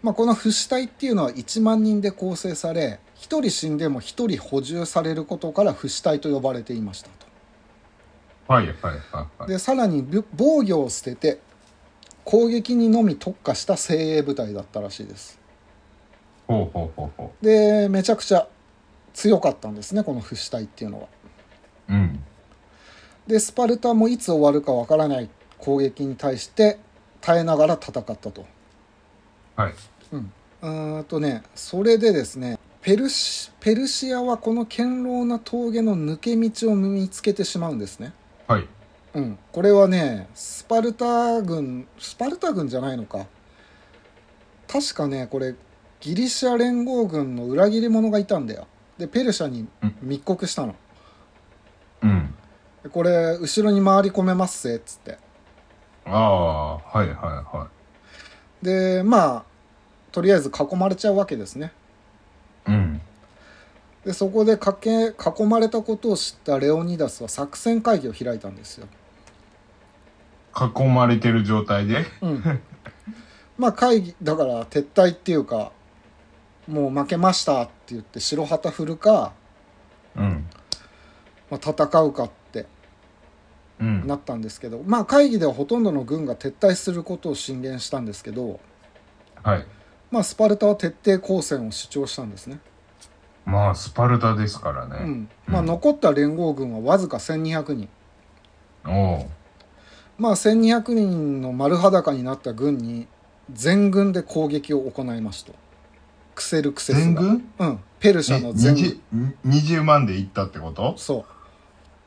Speaker 1: まあ、この不死体っていうのはいちまん人で構成され、ひとり死んでもひとり補充されることから不死体と呼ばれていましたと。
Speaker 2: はいはいはいはい。
Speaker 1: でさらに防御を捨てて攻撃にのみ特化した精鋭部隊だったらしいです。
Speaker 2: ほうほうほうほ
Speaker 1: う。でめちゃくちゃ強かったんですね、この不死体っていうのは。
Speaker 2: うん。で
Speaker 1: スパルタもいつ終わるかわからない攻撃に対して耐えながら戦ったと。
Speaker 2: はい。
Speaker 1: うん。うんとねそれでですね、ペルシペルシアはこの堅牢な峠の抜け道を見つけてしまうんですね。
Speaker 2: はい。
Speaker 1: うん、これはねスパルタ軍スパルタ軍じゃないのか、確かねこれギリシャ連合軍の裏切り者がいたんだよ。でペルシャに密告したの。
Speaker 2: うん。
Speaker 1: これ後ろに回り込めますぜっつって。
Speaker 2: ああ、はいはいは
Speaker 1: い。でまあとりあえず囲まれちゃうわけですね。
Speaker 2: うん。
Speaker 1: でそこでかけ囲まれたことを知ったレオニダスは作戦会議を開いたんですよ。
Speaker 2: 囲まれてる状態で、
Speaker 1: うん、まあ会議だから撤退っていうか、もう負けましたって言って白旗振るか、
Speaker 2: うん
Speaker 1: まあ、戦うかってなったんですけど、うん、まあ会議ではほとんどの軍が撤退することを進言したんですけど、
Speaker 2: はい、
Speaker 1: まあスパルタは徹底抗戦を主張したんですね。
Speaker 2: まあスパルタですからね。
Speaker 1: うん、まあ残った連合軍はわずかせんにひゃくにん。
Speaker 2: おお。
Speaker 1: まあせんにひゃくにんの丸裸になった軍に全軍で攻撃を行いました。クセルクセスが。
Speaker 2: 全軍？
Speaker 1: うん。ペルシャの全軍。
Speaker 2: にじゅうまんで行ったってこと？
Speaker 1: そう。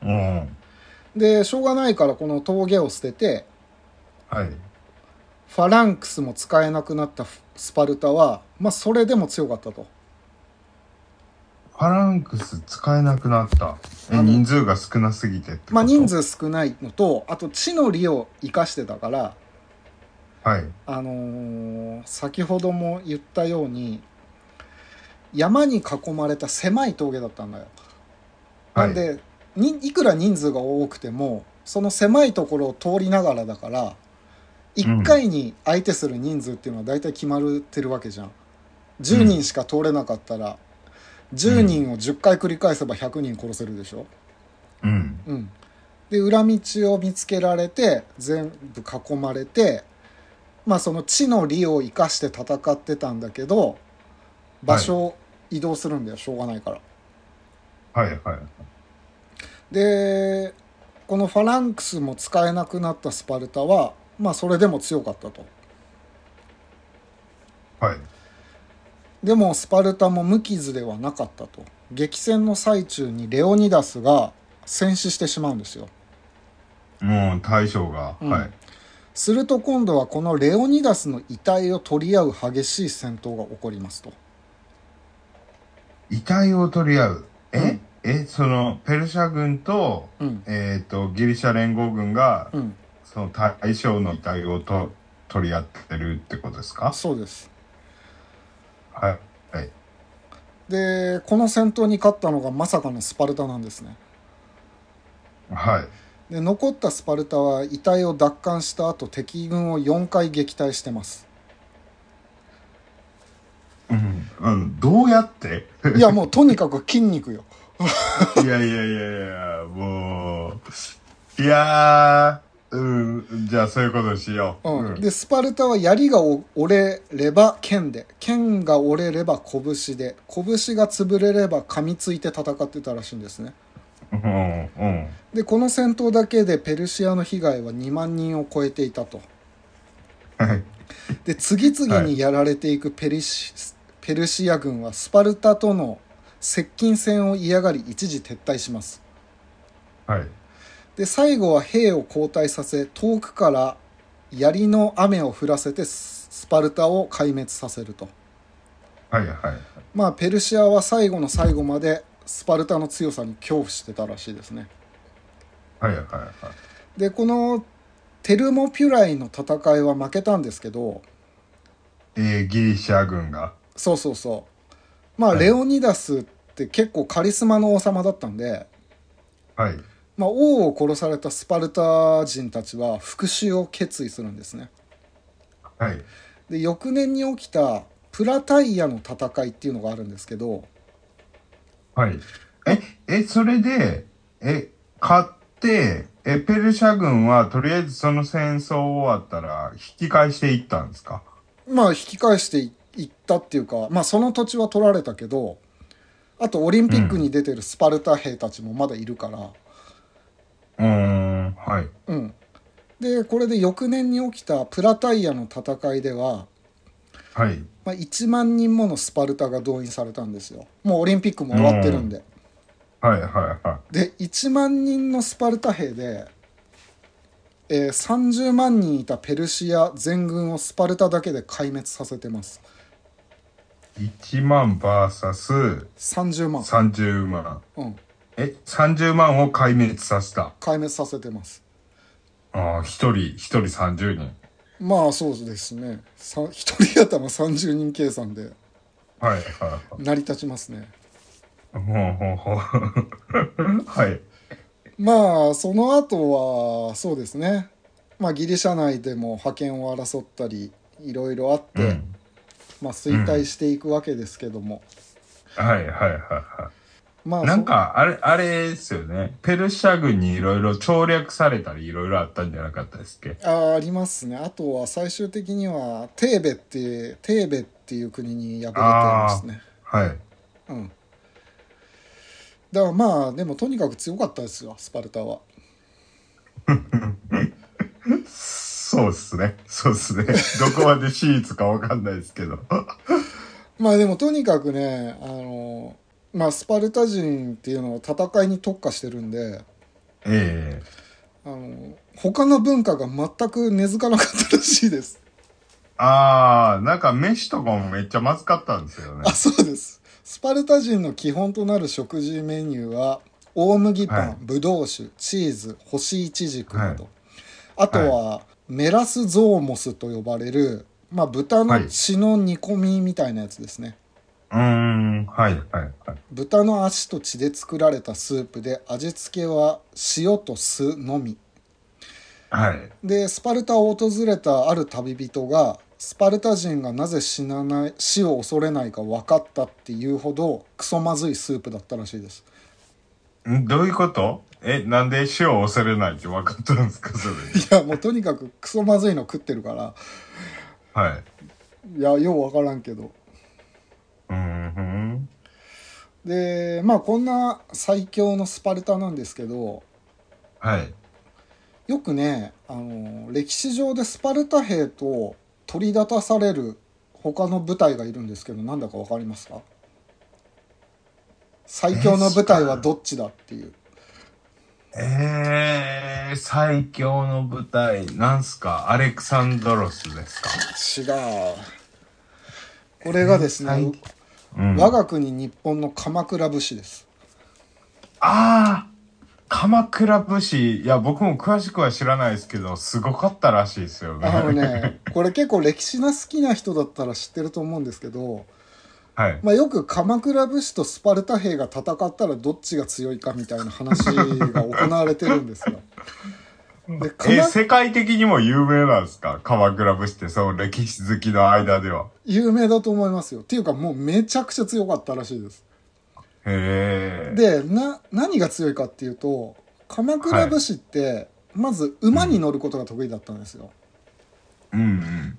Speaker 2: うん。
Speaker 1: でしょうがないからこの峠を捨てて、
Speaker 2: はい。
Speaker 1: ファランクスも使えなくなったスパルタは、まあそれでも強かったと。
Speaker 2: ファランクス使えなくなった。え、人数が少なすぎてってこと？
Speaker 1: まあ人数少ないのと、あと地の利を生かしてたから、
Speaker 2: はい。
Speaker 1: あのー、先ほども言ったように、山に囲まれた狭い峠だったんだよ。なんで、はい、にいくら人数が多くても、その狭いところを通りながらだから、いっかいに相手する人数っていうのは大体決まってるわけじゃん。じゅうにんしか通れなかったら、じゅうにんをじゅっかい繰り返せばひゃくにん殺せるでしょ。
Speaker 2: うん。
Speaker 1: うん。で、裏道を見つけられて、全部囲まれて、まあその地の利を生かして戦ってたんだけど、場所を移動するんだよ、しょうがないから。
Speaker 2: はいはい。
Speaker 1: で、このファランクスも使えなくなったスパルタは、まあそれでも強かったと。
Speaker 2: はい。
Speaker 1: でもスパルタも無傷ではなかったと。激戦の最中にレオニダスが戦死してしまうんですよ。
Speaker 2: もう大将が、
Speaker 1: うん、
Speaker 2: はい。
Speaker 1: すると今度はこのレオニダスの遺体を取り合う激しい戦闘が起こりますと。
Speaker 2: 遺体を取り合う？え、うん、え、そのペルシャ軍と、
Speaker 1: うん、
Speaker 2: えっとギリシャ連合軍が、
Speaker 1: うん、
Speaker 2: その大将の遺体をと取り合ってるってことですか？
Speaker 1: そうです。
Speaker 2: はい、はい。
Speaker 1: でこの戦闘に勝ったのがまさかのスパルタなんですね。
Speaker 2: はい。
Speaker 1: で残ったスパルタは遺体を奪還した後敵軍をよんかい撃退してます。
Speaker 2: うん、うん、どうやって
Speaker 1: いやもうとにかく筋肉よ
Speaker 2: いやいやいやいやもういやー、うん、じゃあそういうことしよう、
Speaker 1: うんうん、でスパルタは槍が折れれば剣で、剣が折れれば拳で、拳が潰れれば噛みついて戦ってたらしいんですね。
Speaker 2: うんうん、
Speaker 1: でこの戦闘だけでペルシアの被害はにまんにんを超えていたと。で次々にやられていくペリシ、はい、ペルシア軍はスパルタとの接近戦を嫌がり一時撤退します。
Speaker 2: はい、
Speaker 1: で最後は兵を後退させ遠くから槍の雨を降らせてスパルタを壊滅させると。
Speaker 2: はいはい、
Speaker 1: まあペルシアは最後の最後までスパルタの強さに恐怖してたらしいですね。
Speaker 2: はいはいはい。
Speaker 1: でこのテルモピュライの戦いは負けたんですけど、
Speaker 2: えー、ギリシャ軍が。
Speaker 1: そうそうそう。まあ、はい、レオニダスって結構カリスマの王様だったんで、
Speaker 2: はい。
Speaker 1: まあ、王を殺されたスパルタ人たちは復讐を決意するんですね。
Speaker 2: はい。
Speaker 1: で翌年に起きたプラタイヤの戦いっていうのがあるんですけど、
Speaker 2: はい。え、え、それで、え、勝って、え、ペルシャ軍はとりあえずその戦争終わったら引き返していったんですか？
Speaker 1: まあ引き返していいったっていうか、まあその土地は取られたけど、あとオリンピックに出てるスパルタ兵たちもまだいるから、
Speaker 2: うーん、はい。
Speaker 1: うん。でこれで翌年に起きたプラタイヤの戦いでは、
Speaker 2: はい。
Speaker 1: まあ、いちまん人ものスパルタが動員されたんですよ。もうオリンピックも終わってるんで。
Speaker 2: はいはいは
Speaker 1: でいちまん人のスパルタ兵で、えー、さんじゅうまん人いたペルシア全軍をスパルタだけで壊滅させてます。
Speaker 2: い。いちまん ブイエス
Speaker 1: さんじゅうまん。
Speaker 2: さんじゅうまん。
Speaker 1: うん。
Speaker 2: え、さんじゅうまんを壊滅させた。
Speaker 1: 壊滅させてます。
Speaker 2: ああ、一人、一人さんじゅうにん。
Speaker 1: まあそうですね。ひとり頭さんじゅうにん計算で
Speaker 2: はいはいはい。
Speaker 1: 成り立ちますね。
Speaker 2: ほうほうほう。はい。
Speaker 1: まあその後はそうですね、まあ、ギリシャ内でも覇権を争ったりいろいろあって、
Speaker 2: うん。
Speaker 1: まあ、
Speaker 2: うん。
Speaker 1: 衰退していくわけですけども、
Speaker 2: はいはいはいはい。なん
Speaker 1: まあそ
Speaker 2: か、あれ、あれですよね。ペルシャ軍にいろいろ調略されたりいろいろあったんじゃなかったですっけ？
Speaker 1: あありますね。あとは最終的にはテーベってテーベっていう国に敗れてます
Speaker 2: あ
Speaker 1: ね。
Speaker 2: あ、はい。
Speaker 1: うん。だからまあでもとにかく強かったですよスパルタは。
Speaker 2: そうっすね。そうっすね。どこまで史実かわかんないですけど。
Speaker 1: まあでもとにかくね、あのまあスパルタ人っていうのは戦いに特化してるんで、
Speaker 2: ええ。
Speaker 1: あの他の文化が全く根付かなかったらしいです。
Speaker 2: ああ、なんか飯とかもめっちゃまずかったんですよ
Speaker 1: あ、
Speaker 2: ね。
Speaker 1: そうです。スパルタ人の基本となる食事メニューは大麦パン、
Speaker 2: はい。
Speaker 1: ブドウ酒、チーズ、干しイチジク
Speaker 2: はい。
Speaker 1: など、あと
Speaker 2: はい。
Speaker 1: はメラスゾーモスと呼ばれる、まあ、豚の
Speaker 2: はい。う
Speaker 1: 血の煮込みみたいなやつですね。
Speaker 2: ーん。はい。はい。はい。
Speaker 1: 豚の足と血で作られたスープで、味付けは塩と酢のみ
Speaker 2: はい。
Speaker 1: で、スパルタを訪れたある旅人がスパルタ人がなぜ死なない死を恐れないか分かったっていうほどクソまずいスープだったらしいです。
Speaker 2: んどういうこと？え、なんで死を恐れないって分かったんですかそれで。
Speaker 1: いやもうとにかくクソまずいの食ってるから、
Speaker 2: はい。
Speaker 1: いやよう分からんけど。
Speaker 2: うーん。
Speaker 1: でまあこんな最強のスパルタなんですけど、
Speaker 2: はい。
Speaker 1: よくね、あの歴史上でスパルタ兵と取り沙汰される他の部隊がいるんですけど、なんだか分かりますか？最
Speaker 2: え、
Speaker 1: 強の部隊は
Speaker 2: スパル、
Speaker 1: どっちだっていう。
Speaker 2: えー、最強の部隊、なんすか？アレクサンドロスですか？
Speaker 1: 違う。これが
Speaker 2: えー、
Speaker 1: ですね、
Speaker 2: 最、うん。
Speaker 1: 我が国日本の鎌倉武士です。
Speaker 2: ああ、鎌倉武士。いや、僕も詳しくは知らないですけど、すごかったらしいですよ
Speaker 1: あの
Speaker 2: ね。
Speaker 1: ね、これ結構歴史が好きな人だったら知ってると思うんですけど、
Speaker 2: はい。
Speaker 1: まあ、よく鎌倉武士とスパルタ兵が戦ったらどっちが強いかみたいな話が行われてるんですよ。で、
Speaker 2: え、
Speaker 1: 鎌、
Speaker 2: 世界的にも有名なんですか？鎌倉武士って、その歴史好きの間では。
Speaker 1: 有名だと思いますよ。っていうかもうめちゃくちゃ強かったらしいです。
Speaker 2: へえ。
Speaker 1: で、な、何が強いかっていうと、鎌
Speaker 2: はい。
Speaker 1: 倉武士ってまず馬に
Speaker 2: うん。
Speaker 1: 乗ることが得意だったんですよ。
Speaker 2: うんうん。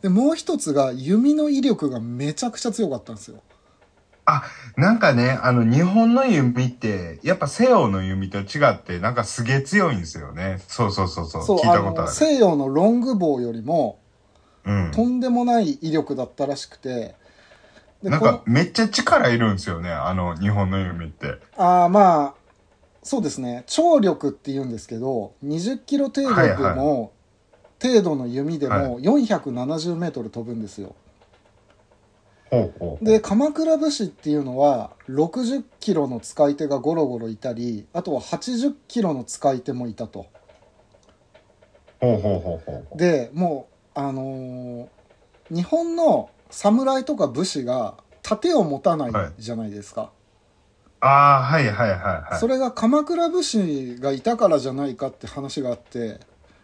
Speaker 1: で、もう一つが弓の威力がめちゃくちゃ強かったんですよ。
Speaker 2: あ、なんかね、あの、日本の弓って、やっぱ西洋の弓と違って、なんかすげえ強いんですよね。そうそうそうそう。
Speaker 1: そう、
Speaker 2: 聞い
Speaker 1: あの、
Speaker 2: たことある。
Speaker 1: 西洋のロングボウよりも
Speaker 2: うん。
Speaker 1: とんでもない威力だったらしくて、で、
Speaker 2: なんか
Speaker 1: この、
Speaker 2: めっちゃ力いるんですよね。あの、日本の弓って。
Speaker 1: ああ、まあ、そうですね、張力って言うんですけど、にじゅっキロ程度
Speaker 2: はいはい。
Speaker 1: でも、程度の弓で
Speaker 2: はい。
Speaker 1: もよんひゃくななじゅうメートル飛ぶんですよ。
Speaker 2: ほうほう
Speaker 1: で、
Speaker 2: ほ
Speaker 1: 鎌倉武士っていうのは、ろくじゅっキロの使い手がゴロゴロいたり、あとははちじゅっキロの使い手もいたと。
Speaker 2: う。ほうほうほうほうほ
Speaker 1: で、もう、あのー日本の侍とか武士が盾を持たな
Speaker 2: う。はい。
Speaker 1: いじゃないですか。
Speaker 2: ああ、はいはいはいはい。
Speaker 1: それが鎌倉武士がいたからじゃないかって話があって、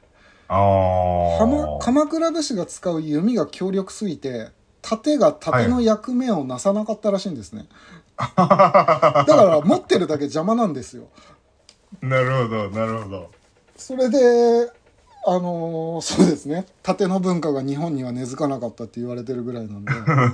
Speaker 2: ああ。
Speaker 1: 鎌鎌倉武士が使う弓が強力すぎて、盾が盾の役目をなさなかったらしいんですね。だから持ってるだけ邪魔なんですよ。
Speaker 2: なるほど、なるほど。
Speaker 1: それで、あのーそうですね。盾の文化が日本には根付かなかったって言われてるぐらいなんで。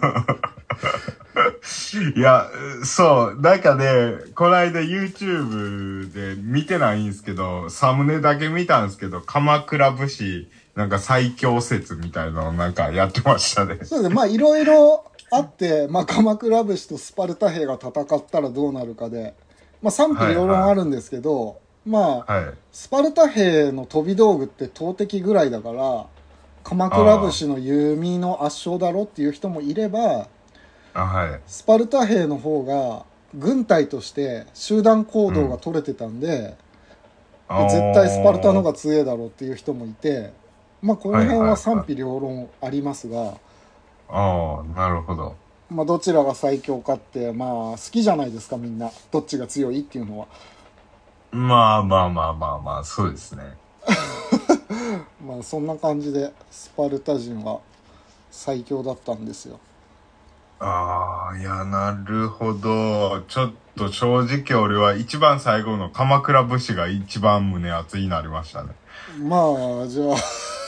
Speaker 2: いや、そう、なんかね、この間 YouTube で見てないんですけど、サムネだけ見たんですけど、鎌倉武士、なんか最強説みたいなのなんかやってましたね。
Speaker 1: そうですね。まあいろいろあって、まあ鎌倉武士とスパルタ兵が戦ったらどうなるかで、まあ賛否両論あるんですけど、はいはい、まあ、はい、スパルタ兵の飛び道具って投擲ぐらいだから、鎌倉武士の弓の圧勝だろっていう人もいれば、
Speaker 2: あ、はい、
Speaker 1: スパルタ兵の方が軍隊として集団行動が取れてたんで、うん、で絶対スパルタの方が強いだろうっていう人もいて、まあこの辺は賛否両論ありますが、はいはいはい、
Speaker 2: ああ、なるほど。
Speaker 1: まあどちらが最強かってまあ好きじゃないですかみんな、どっちが強いっていうのは。
Speaker 2: まあまあまあまあまあ、そうですね。
Speaker 1: まあそんな感じでスパルタ人は最強だったんですよ。
Speaker 2: ああ、いや、なるほど。ちょっと正直俺は一番最後の鎌倉武士が一番胸熱になりましたね。
Speaker 1: まあ、じゃあ、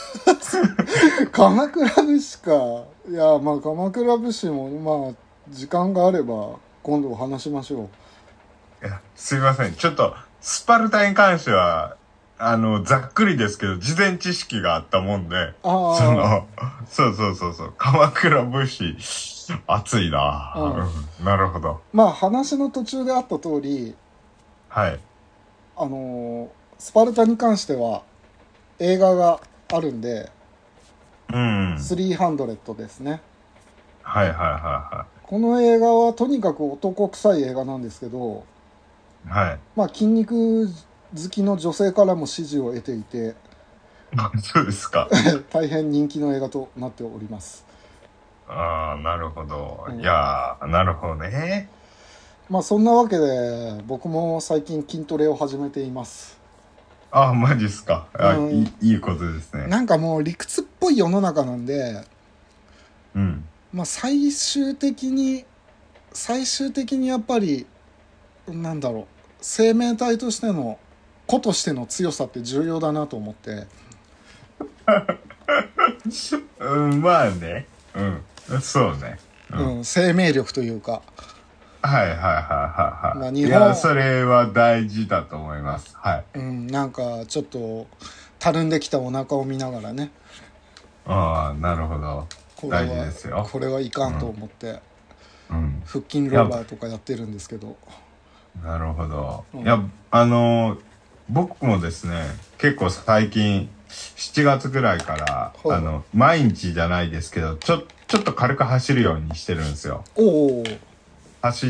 Speaker 1: 鎌倉武士か。いや、まあ鎌倉武士も、まあ、時間があれば今度話しましょ
Speaker 2: う。いや、すいません。ちょっと、スパルタに関しては、あの、ざっくりですけど、事前知識があったもんで、その、そうそうそうそう、鎌倉武士、熱いな、うん、なるほど。
Speaker 1: まあ話の途中であった通り、
Speaker 2: はい。
Speaker 1: あの、スパルタに関しては映画があるんで、
Speaker 2: うん。
Speaker 1: さんびゃくですね。
Speaker 2: はいはいはいはい。
Speaker 1: この映画はとにかく男臭い映画なんですけど、
Speaker 2: はい。
Speaker 1: まあ筋肉好きの女性からも支持を得ていて、
Speaker 2: そうですか。
Speaker 1: 大変人気の映画となっております。
Speaker 2: ああ、なるほど。うん、いやー、なるほどね。
Speaker 1: まあそんなわけで僕も最近筋トレを始めています。
Speaker 2: ああ、マジっすか。あ、うん、いい、いいことですね。
Speaker 1: なんかもう理屈っぽい世の中なんで、
Speaker 2: うん。
Speaker 1: まあ最終的に最終的にやっぱりなんだろう、生命体としての個としての強さって重要だなと思って。
Speaker 2: うん、まあね。うん。そうね。
Speaker 1: うん、うん、生命力というか。
Speaker 2: はいはいはいはいはい。まあ、日本いや、それは大事だと思います。はい。
Speaker 1: うん、なんかちょっとたるんできたお腹を見ながらね。
Speaker 2: ああ、なるほど。大事ですよ。
Speaker 1: これはいかんと思って、
Speaker 2: うん、
Speaker 1: 腹筋ローラーとかやってるんですけど。
Speaker 2: なるほど。うん、いや、あのー、僕もですね、結構最近、しちがつぐらいから、あの、毎日じゃないですけど、ちょ、ちょっと軽く走るようにしてるんですよ。
Speaker 1: おお。
Speaker 2: 走って、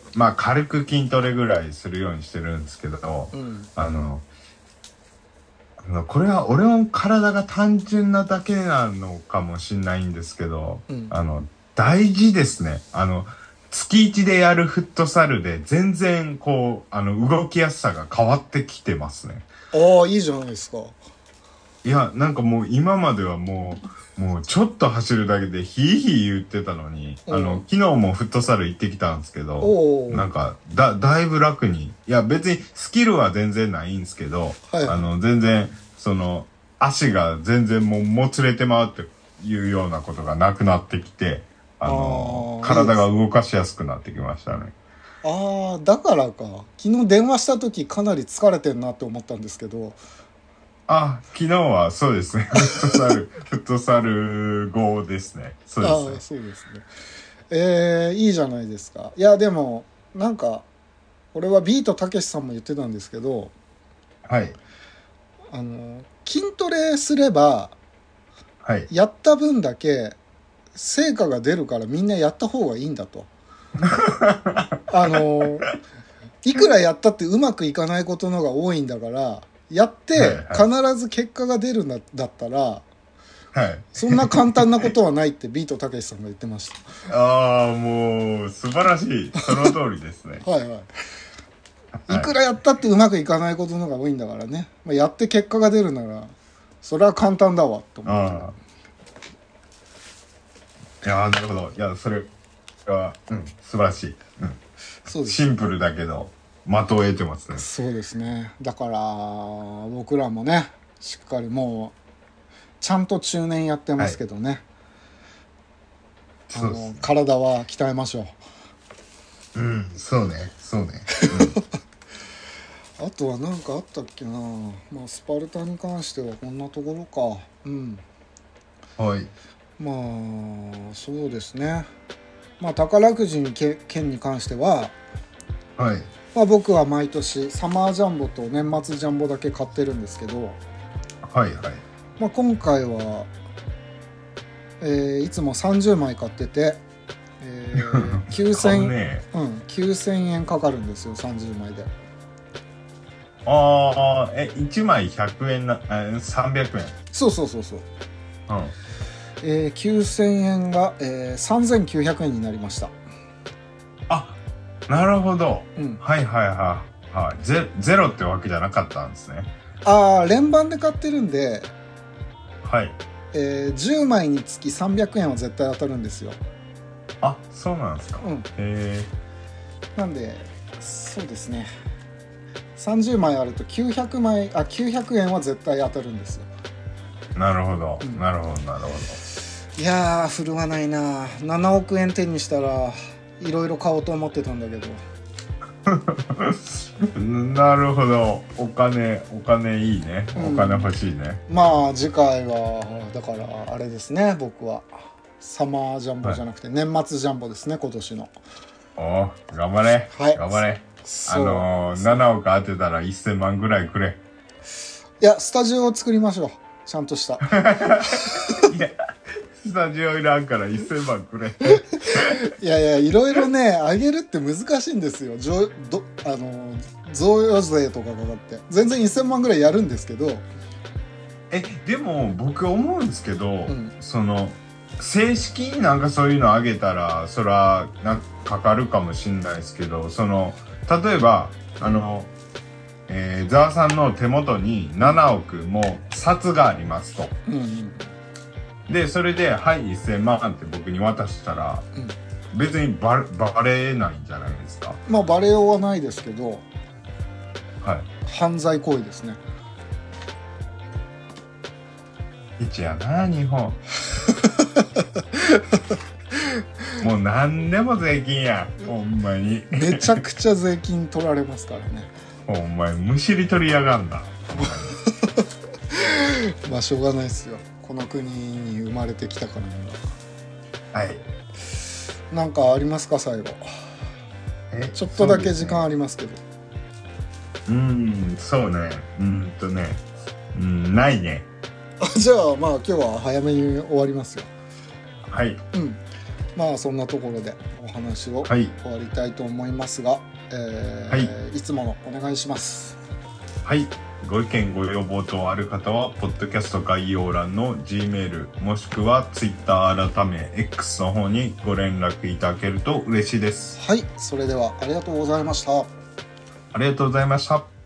Speaker 2: まあ軽く筋トレぐらいするようにしてるんですけど、うん、あの、これは俺の体が単純なだけなのかもしれないんですけど、うん、あの、大事ですね。あの、月いちでやるフットサルで全然こう、あの、動きやすさが変わってきてますね。
Speaker 1: ああ、いいじゃないですか。
Speaker 2: いや、なんかもう今まではもう、もうちょっと走るだけでヒーヒー言ってたのに、あの、昨日もフットサル行ってきたんですけど、なんか、だ、だいぶ楽に、いや別にスキルは全然ないんですけど、はい、あの、全然、その、足が全然もうもつれてまうっていうようなことがなくなってきて、あの、体が動かしやすくなってきましたね。
Speaker 1: ああ、だからか。昨日電話した時かなり疲れてんなって思ったんですけど、
Speaker 2: あ、昨日はそうですね。フットサル、フットサル後ですね。そうですね。
Speaker 1: ああ、そうですね。えー、いいじゃないですか。いや、でも、なんか、俺はビートたけしさんも言ってたんですけど、
Speaker 2: はい。
Speaker 1: あの、筋トレすれば、
Speaker 2: はい。
Speaker 1: やった分だけ、成果が出るからみんなやった方がいいんだと。あの、いくらやったってうまくいかないことのが多いんだから、やって必ず結果が出るんだったら、はい、そんな簡単なことはないってビートたけしさんが言ってました。
Speaker 2: ああ、もう素晴らしい。その通りですね。
Speaker 1: はいはい。いくらやったってうまくいかないことのが多いんだからね。まあ、やって結果が出るなら、 それは簡単だわと思って。
Speaker 2: あいやなるほど。いやそれは、うん、素晴らしい、うん、そうです。シンプルだけど的を得てますね。
Speaker 1: そうですね。だから僕らもねしっかりもうちゃんと中年やってますけどね、はい、あのそうですね、体は鍛えましょ
Speaker 2: う。うんそうねそうね、
Speaker 1: うん、あとは何かあったっけな。まあスパルタに関してはこんなところか。うん
Speaker 2: はい。
Speaker 1: まあそうですね。まあ宝くじ券に関しては、
Speaker 2: はい、
Speaker 1: まあ、僕は毎年サマージャンボと年末ジャンボだけ買ってるんですけど、
Speaker 2: はいはい。
Speaker 1: まあ、今回は、えー、いつもさんじゅうまい買ってて、えー、きゅうせん、ねうん、きゅうせんえんかかるんですよさんじゅうまいで。
Speaker 2: ああえいちまいひゃくえんなえさんびゃくえん。
Speaker 1: そうそうそうそう、
Speaker 2: うん
Speaker 1: えー、きゅうせんえんが、えー、さんぜんきゅうひゃくえんになりました。
Speaker 2: あなるほど、
Speaker 1: うん、
Speaker 2: はいはいはい、はい、ゼ, ゼロってわけじゃなかったんですね。
Speaker 1: ああ連番で買ってるんで、
Speaker 2: はい、
Speaker 1: えー、じゅうまいにつきさんびゃくえんは絶対当たるんですよ。
Speaker 2: あそうなんですか。
Speaker 1: うん、
Speaker 2: へえ。
Speaker 1: なんでそうですね、さんじゅうまいあるときゅうひゃくまいあきゅうひゃくえんは絶対当たるんですよ。
Speaker 2: なるほど、うん、なるほどなるほど。
Speaker 1: いやー振るわないな。ななおくえん手にしたらいろいろ買おうと思ってたんだけど
Speaker 2: なるほど。お金お金いいね、お金欲しいね、
Speaker 1: うん、まあ次回はだからあれですね、僕はサマージャンボじゃなくて年末ジャンボですね、はい、今年の。
Speaker 2: お頑張れ、
Speaker 1: はい、頑
Speaker 2: 張れ。あのー、ななおく当てたらせんまんぐらいくれ。
Speaker 1: いやスタジオを作りましょう、ちゃんとしたい
Speaker 2: やスタジオいらんからせんまんくれ
Speaker 1: いやいやいろいろねあげるって難しいんですよ。どあの贈与税とかかかって全然せんまんぐらいやるんですけど。
Speaker 2: えでも僕思うんですけど、うん、その正式になんかそういうのあげたらそれはなんかかかるかもしれないですけど、その例えばあの、えー、ザワさんの手元にななおくも札がありますと、うんうんでそれで「はいせんまん」って僕に渡したら、うん、別にバレ、バレないんじゃないですか。
Speaker 1: まあバレようはないですけど、
Speaker 2: はい、
Speaker 1: 犯罪行為ですね。
Speaker 2: 一やな日本もう何でも税金やほんまに
Speaker 1: めちゃくちゃ税金取られますからね
Speaker 2: ほんまにむしり取りやがんだ
Speaker 1: まあしょうがないっすよ、この国に生まれてきたからには。はい。なんかありますか最後。えちょっとだけ時間ありますけど。
Speaker 2: う, ね、うんそうねうんとねうんないね。
Speaker 1: あじゃあまあ今日は早めに終わりますよ。
Speaker 2: はい。
Speaker 1: うんまあそんなところでお話を終わりたいと思いますが、はいえーはい、いつものお願いします。
Speaker 2: はい。ご意見ご要望等ある方はポッドキャスト概要欄の G メールもしくは Twitter 改め X の方にご連絡いただけると嬉しいです。
Speaker 1: はい、それではありがとうございました。
Speaker 2: ありがとうございました。